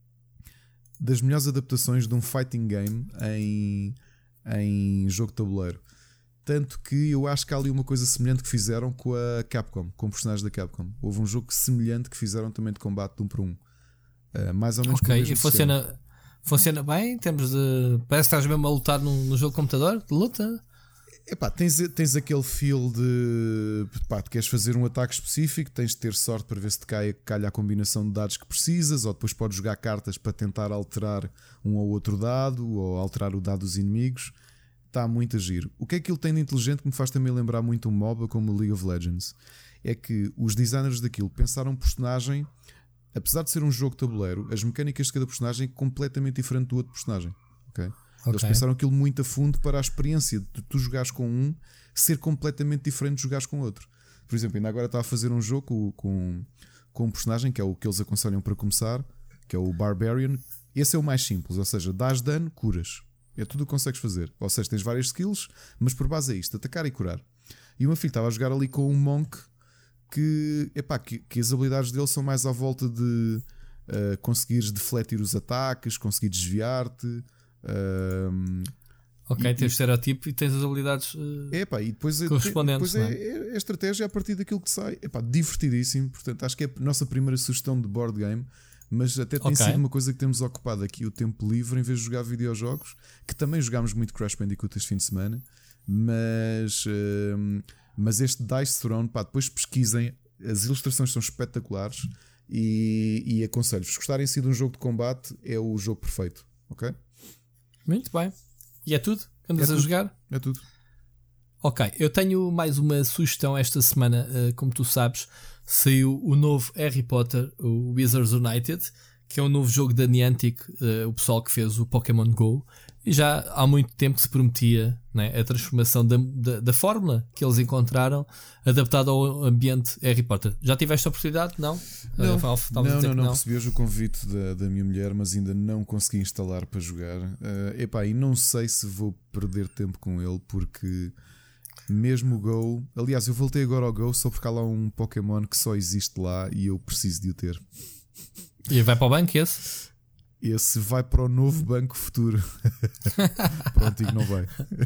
das melhores adaptações de um fighting game em, em jogo de tabuleiro. Tanto que eu acho que há ali uma coisa semelhante que fizeram com a Capcom, com personagens da Capcom. Houve um jogo semelhante que fizeram também de combate de um para um. Uh, mais ou menos com o Ok, mesmo e funciona, funciona bem em termos de. Parece que estás mesmo a lutar num, num jogo de computador, de luta. Epá, tens, tens aquele feel de pá, tu queres fazer um ataque específico, tens de ter sorte para ver se te cai, calha a combinação de dados que precisas, ou depois podes jogar cartas para tentar alterar um ou outro dado, ou alterar o dado dos inimigos. Está muito a giro. O que é que ele tem de inteligente que me faz também lembrar muito um MOBA como o League of Legends? É que os designers daquilo pensaram um personagem, apesar de ser um jogo de tabuleiro, as mecânicas de cada personagem é completamente diferente do outro personagem. Okay? Okay. Eles pensaram aquilo muito a fundo para a experiência de tu jogares com um ser completamente diferente de jogares com outro. Por exemplo, ainda agora está a fazer um jogo com, com, com um personagem que é o que eles aconselham para começar, que é o Barbarian. Esse é o mais simples, ou seja, dás dano, curas. É tudo o que consegues fazer. Ou seja, tens várias skills, mas por base é isto, atacar e curar. E o meu filho estava a jogar ali com um monk que, epá, que, que as habilidades dele são mais à volta de uh, conseguires defletir os ataques, conseguir desviar-te. Uh, Ok, e, tens o estereotipo e tens as habilidades uh, epá, e depois, é, correspondentes. depois Não é, é? é, é a estratégia a partir daquilo que sai. Epá, divertidíssimo. Portanto, acho que é a nossa primeira sugestão de board game. Mas até tem Okay. sido uma coisa que temos ocupado aqui o tempo livre em vez de jogar videojogos, que também jogámos muito Crash Bandicoot este fim de semana, mas, hum, mas este Dice Throne, pá, depois pesquisem, as ilustrações são espetaculares e, e aconselho-vos, se gostarem de um jogo de combate, é o jogo perfeito, ok? Muito bem. E é tudo? Andas É a tudo. jogar? É tudo. Ok, eu tenho mais uma sugestão esta semana. Uh, como tu sabes, saiu o novo Harry Potter, o Wizards United, que é um novo jogo da Niantic, uh, o pessoal que fez o Pokémon Go. E já há muito tempo que se prometia, né, a transformação da, da, da fórmula que eles encontraram adaptada ao ambiente Harry Potter. Já tiveste a oportunidade? Não? Não, Uh, Ralph, estavas a não, dizer não, que não, não. recebi hoje o convite da, da minha mulher, mas ainda não consegui instalar para jogar. Uh, epá, e não sei se vou perder tempo com ele, porque mesmo o Go, aliás, eu voltei agora ao Go só porque há lá um Pokémon que só existe lá e eu preciso de o ter. E vai para o banco esse? Esse vai para o novo banco futuro. Para o antigo não vai.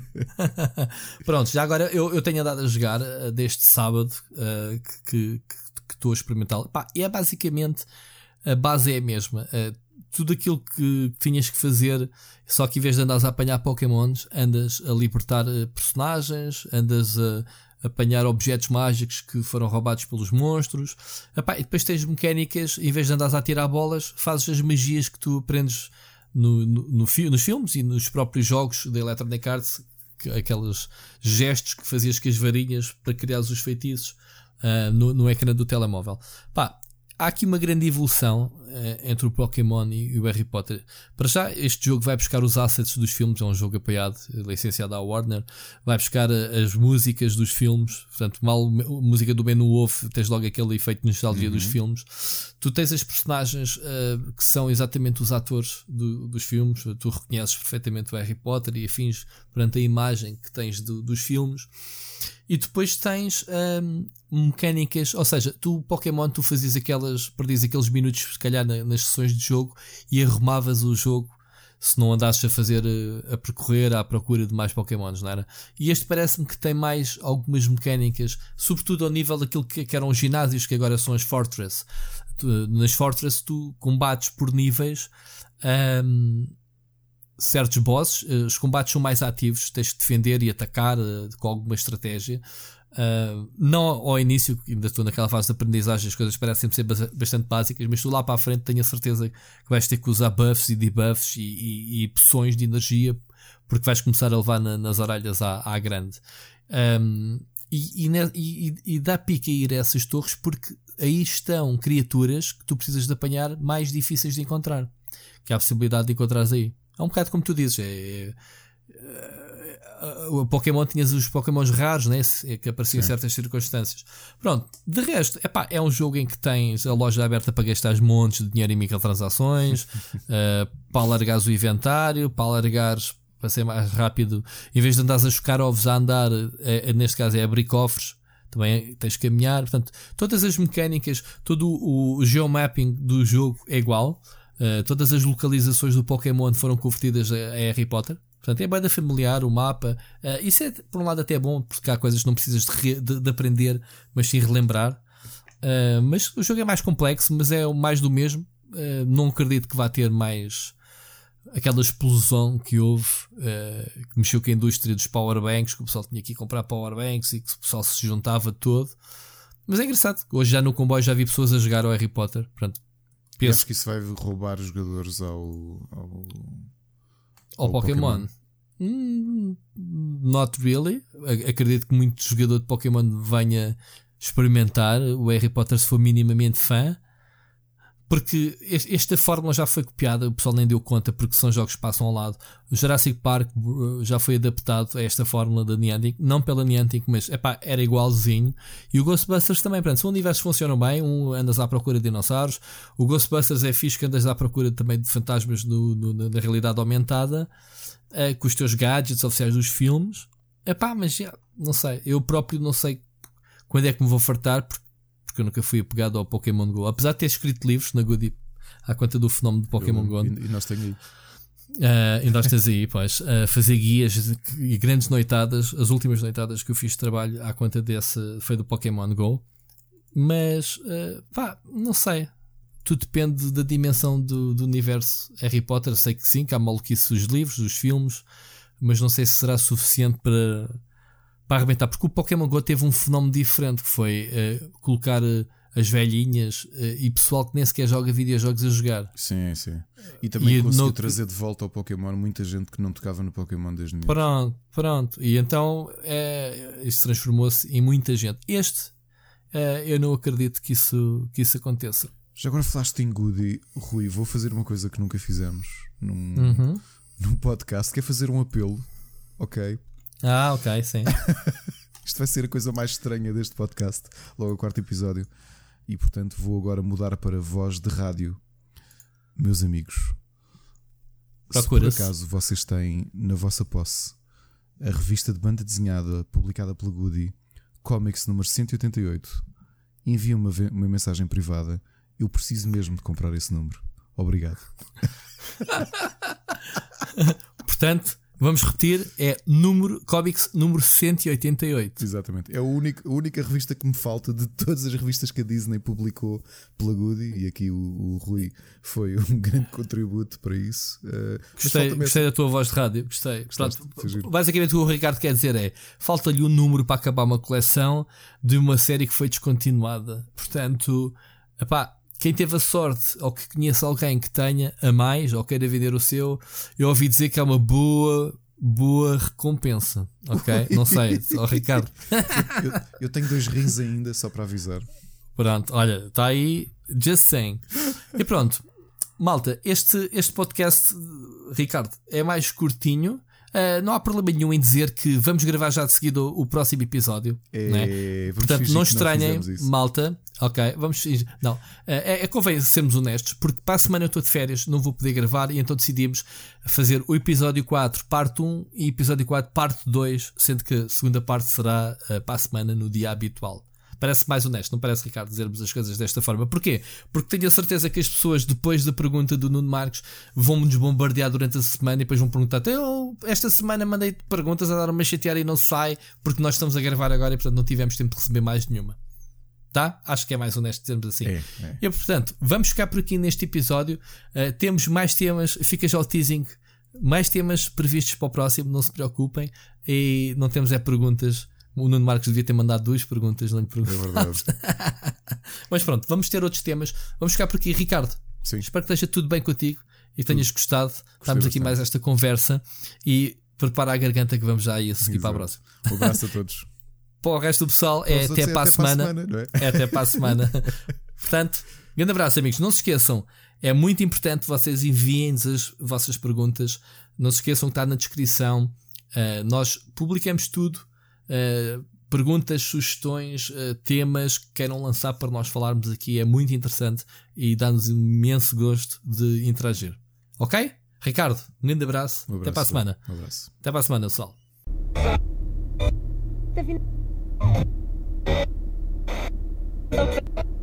Pronto, já agora eu, eu tenho andado a jogar uh, desde sábado uh, que, que, que estou a experimentar. Pá, e é basicamente a base é a mesma. Uh, tudo aquilo que tinhas que fazer, só que em vez de andares a apanhar Pokémons, andas a libertar uh, personagens, andas a, apanhar objetos mágicos que foram roubados pelos monstros. Epá, e depois tens mecânicas, em vez de andares a tirar bolas, fazes as magias que tu aprendes no, no, no fi- nos filmes e nos próprios jogos da Electronic Arts, que, aqueles gestos que fazias com as varinhas para criar os feitiços uh, no, no ecrã do telemóvel. Pá, há aqui uma grande evolução uh, entre o Pokémon e, e o Harry Potter. Para já, este jogo vai buscar os assets dos filmes, é um jogo apoiado, licenciado à Warner, vai buscar uh, as músicas dos filmes, portanto, mal a música do menu ouve, tens logo aquele efeito de nostalgia uhum. dos filmes. Tu tens as personagens uh, que são exatamente os atores do, dos filmes, tu reconheces perfeitamente o Harry Potter e afins perante a imagem que tens do, dos filmes. E depois tens hum, mecânicas, ou seja, tu Pokémon tu fazias aquelas, perdias aqueles minutos se calhar na, nas sessões de jogo e arrumavas o jogo se não andasses a fazer a percorrer à procura de mais Pokémons, não era? E este parece-me que tem mais algumas mecânicas, sobretudo ao nível daquilo que, que eram os ginásios, que agora são as Fortress. Tu, nas Fortress tu combates por níveis hum, certos bosses, os combates são mais ativos, tens de defender e atacar uh, com alguma estratégia. Uh, não ao início, ainda estou naquela fase de aprendizagem, as coisas parecem ser bastante básicas, mas tu lá para a frente tenho a certeza que vais ter que usar buffs e debuffs e, e, e poções de energia, porque vais começar a levar na, nas orelhas à, à grande. Um, e, e, e, e dá pique a ir a essas torres, porque aí estão criaturas que tu precisas de apanhar mais difíceis de encontrar, que há a possibilidade de encontrares aí. É um bocado como tu dizes, é, é, o Pokémon tinhas os Pokémons raros, né, que apareciam Sim. em certas circunstâncias. Pronto, de resto, epá, é um jogo em que tens a loja aberta para gastar montes de dinheiro em microtransações, uh, para alargares o inventário, para alargares, para ser mais rápido, em vez de andares a chocar ovos a andar, é, é, neste caso é abrir cofres, também tens que caminhar. Portanto, todas as mecânicas, todo o, o geomapping do jogo é igual. Uh, todas as localizações do Pokémon foram convertidas a, a Harry Potter. Portanto, é bem familiar o mapa. Uh, isso é, por um lado, até bom, porque há coisas que não precisas de, re, de, de aprender, mas sim relembrar. Uh, mas o jogo é mais complexo, mas é o mais do mesmo. Uh, não acredito que vá ter mais aquela explosão que houve, uh, que mexeu com a indústria dos powerbanks, que o pessoal tinha que ir comprar powerbanks e que o pessoal se juntava todo. Mas é engraçado. Hoje já no comboio já vi pessoas a jogar ao Harry Potter. Portanto, penso... acho que isso vai roubar os jogadores ao, ao, ao, ao Pokémon. Pokémon. Mm, not really. Acredito que muito jogador de Pokémon venha experimentar o Harry Potter se for minimamente fã, porque esta fórmula já foi copiada, o pessoal nem deu conta porque são jogos que passam ao lado. O Jurassic Park já foi adaptado a esta fórmula da Niantic, não pela Niantic, mas epá, era igualzinho. E o Ghostbusters também, pronto, se o universo funciona bem, um andas à procura de dinossauros, o Ghostbusters é fixe que andas à procura também de fantasmas no, no, na realidade aumentada, uh, com os teus gadgets oficiais dos filmes. Epá, mas já, não sei, eu próprio não sei quando é que me vou fartar, porque porque eu nunca fui apegado ao Pokémon Go, apesar de ter escrito livros na Goody à conta do fenómeno de Pokémon eu, Go. E, e nós temos aí. Uh, e nós temos aí, pois, uh, fazer guias e grandes noitadas. As últimas noitadas que eu fiz de trabalho à conta desse foi do Pokémon Go. Mas, uh, pá, não sei. Tudo depende da dimensão do, do universo Harry Potter. Sei que sim, que há maluquice dos livros, dos filmes, mas não sei se será suficiente para. para arrebentar, porque o Pokémon Go teve um fenómeno diferente, que foi uh, colocar uh, as velhinhas uh, e pessoal que nem sequer joga videojogos a jogar. Sim, sim. E também e conseguiu no... trazer de volta ao Pokémon muita gente que não tocava no Pokémon desde o início. Pronto, pronto. E então é, isso transformou-se em muita gente. Este, uh, eu não acredito que isso, que isso aconteça. Já agora falaste em Goody, Rui, vou fazer uma coisa que nunca fizemos num, uhum. num podcast, que é fazer um apelo, ok? Ah, ok, sim. Isto vai ser a coisa mais estranha deste podcast, logo o quarto episódio. E portanto vou agora mudar para voz de rádio. Meus amigos, se por acaso vocês têm na vossa posse a revista de banda desenhada publicada pela Goody, Comics número cento e oitenta e oito, enviem uma, uma mensagem privada. Eu preciso mesmo de comprar esse número. Obrigado. Portanto, Vamos repetir, é número, Comics número cento e oitenta e oito. Exatamente. É a única, a única revista que me falta de todas as revistas que a Disney publicou pela Goody, e aqui o, o Rui foi um grande contributo para isso. Uh, gostei, gostei da tua voz de rádio, gostei. Gostaste, Pronto, basicamente o que o Ricardo quer dizer é: falta-lhe um número para acabar uma coleção de uma série que foi descontinuada. Portanto, epá, quem teve a sorte ou que conheça alguém que tenha a mais ou queira vender o seu, eu ouvi dizer que é uma boa, boa recompensa. Ok? Não sei, oh, Ricardo. eu, eu tenho dois rins ainda, só para avisar. Pronto, olha, está aí, just saying. E pronto, malta, este, este podcast, Ricardo, é mais curtinho. Uh, não há problema nenhum em dizer que vamos gravar já de seguida o, o próximo episódio. É, né? Portanto, não estranhem, malta. Ok, vamos. Não, uh, é, é convém sermos honestos, porque para a semana eu estou de férias, não vou poder gravar, e então decidimos fazer o episódio quatro, parte um, e episódio quatro, parte dois, sendo que a segunda parte será uh, para a semana, no dia habitual. Parece mais honesto, não parece, Ricardo, dizermos as coisas desta forma? Porquê? Porque tenho a certeza que as pessoas, depois da pergunta do Nuno Marcos, vão-nos bombardear durante a semana e depois vão perguntar: eu esta semana mandei-te perguntas a dar uma chatear e não sai, porque nós estamos a gravar agora e portanto não tivemos tempo de receber mais nenhuma. Tá? Acho que é mais honesto dizermos assim. É, é. E portanto, vamos ficar por aqui neste episódio. Uh, temos mais temas, fica já o teasing, mais temas previstos para o próximo, não se preocupem. E não temos é perguntas. O Nuno Marcos devia ter mandado duas perguntas, não lhe perguntaste. É verdade. Mas pronto, vamos ter outros temas. Vamos ficar por aqui. Ricardo, sim, espero que esteja tudo bem contigo e que tenhas gostado. Gostei Estamos aqui bastante. mais esta conversa e prepara a garganta que vamos já aí a seguir. Exato. Para a próxima. Um abraço a todos. Para o resto do pessoal, é até, é para, até a semana. para a semana. Não é? É até para a semana. Portanto, grande abraço, amigos. Não se esqueçam, é muito importante vocês enviem-nos as vossas perguntas. Não se esqueçam que está na descrição. Uh, nós publicamos tudo. Uh, perguntas, sugestões, uh, temas que queiram lançar para nós falarmos aqui. É muito interessante e dá-nos imenso gosto de interagir. Ok? Ricardo, um grande abraço. Um abraço. Até para a semana. Um abraço. Até para a semana, pessoal. Tá vindo.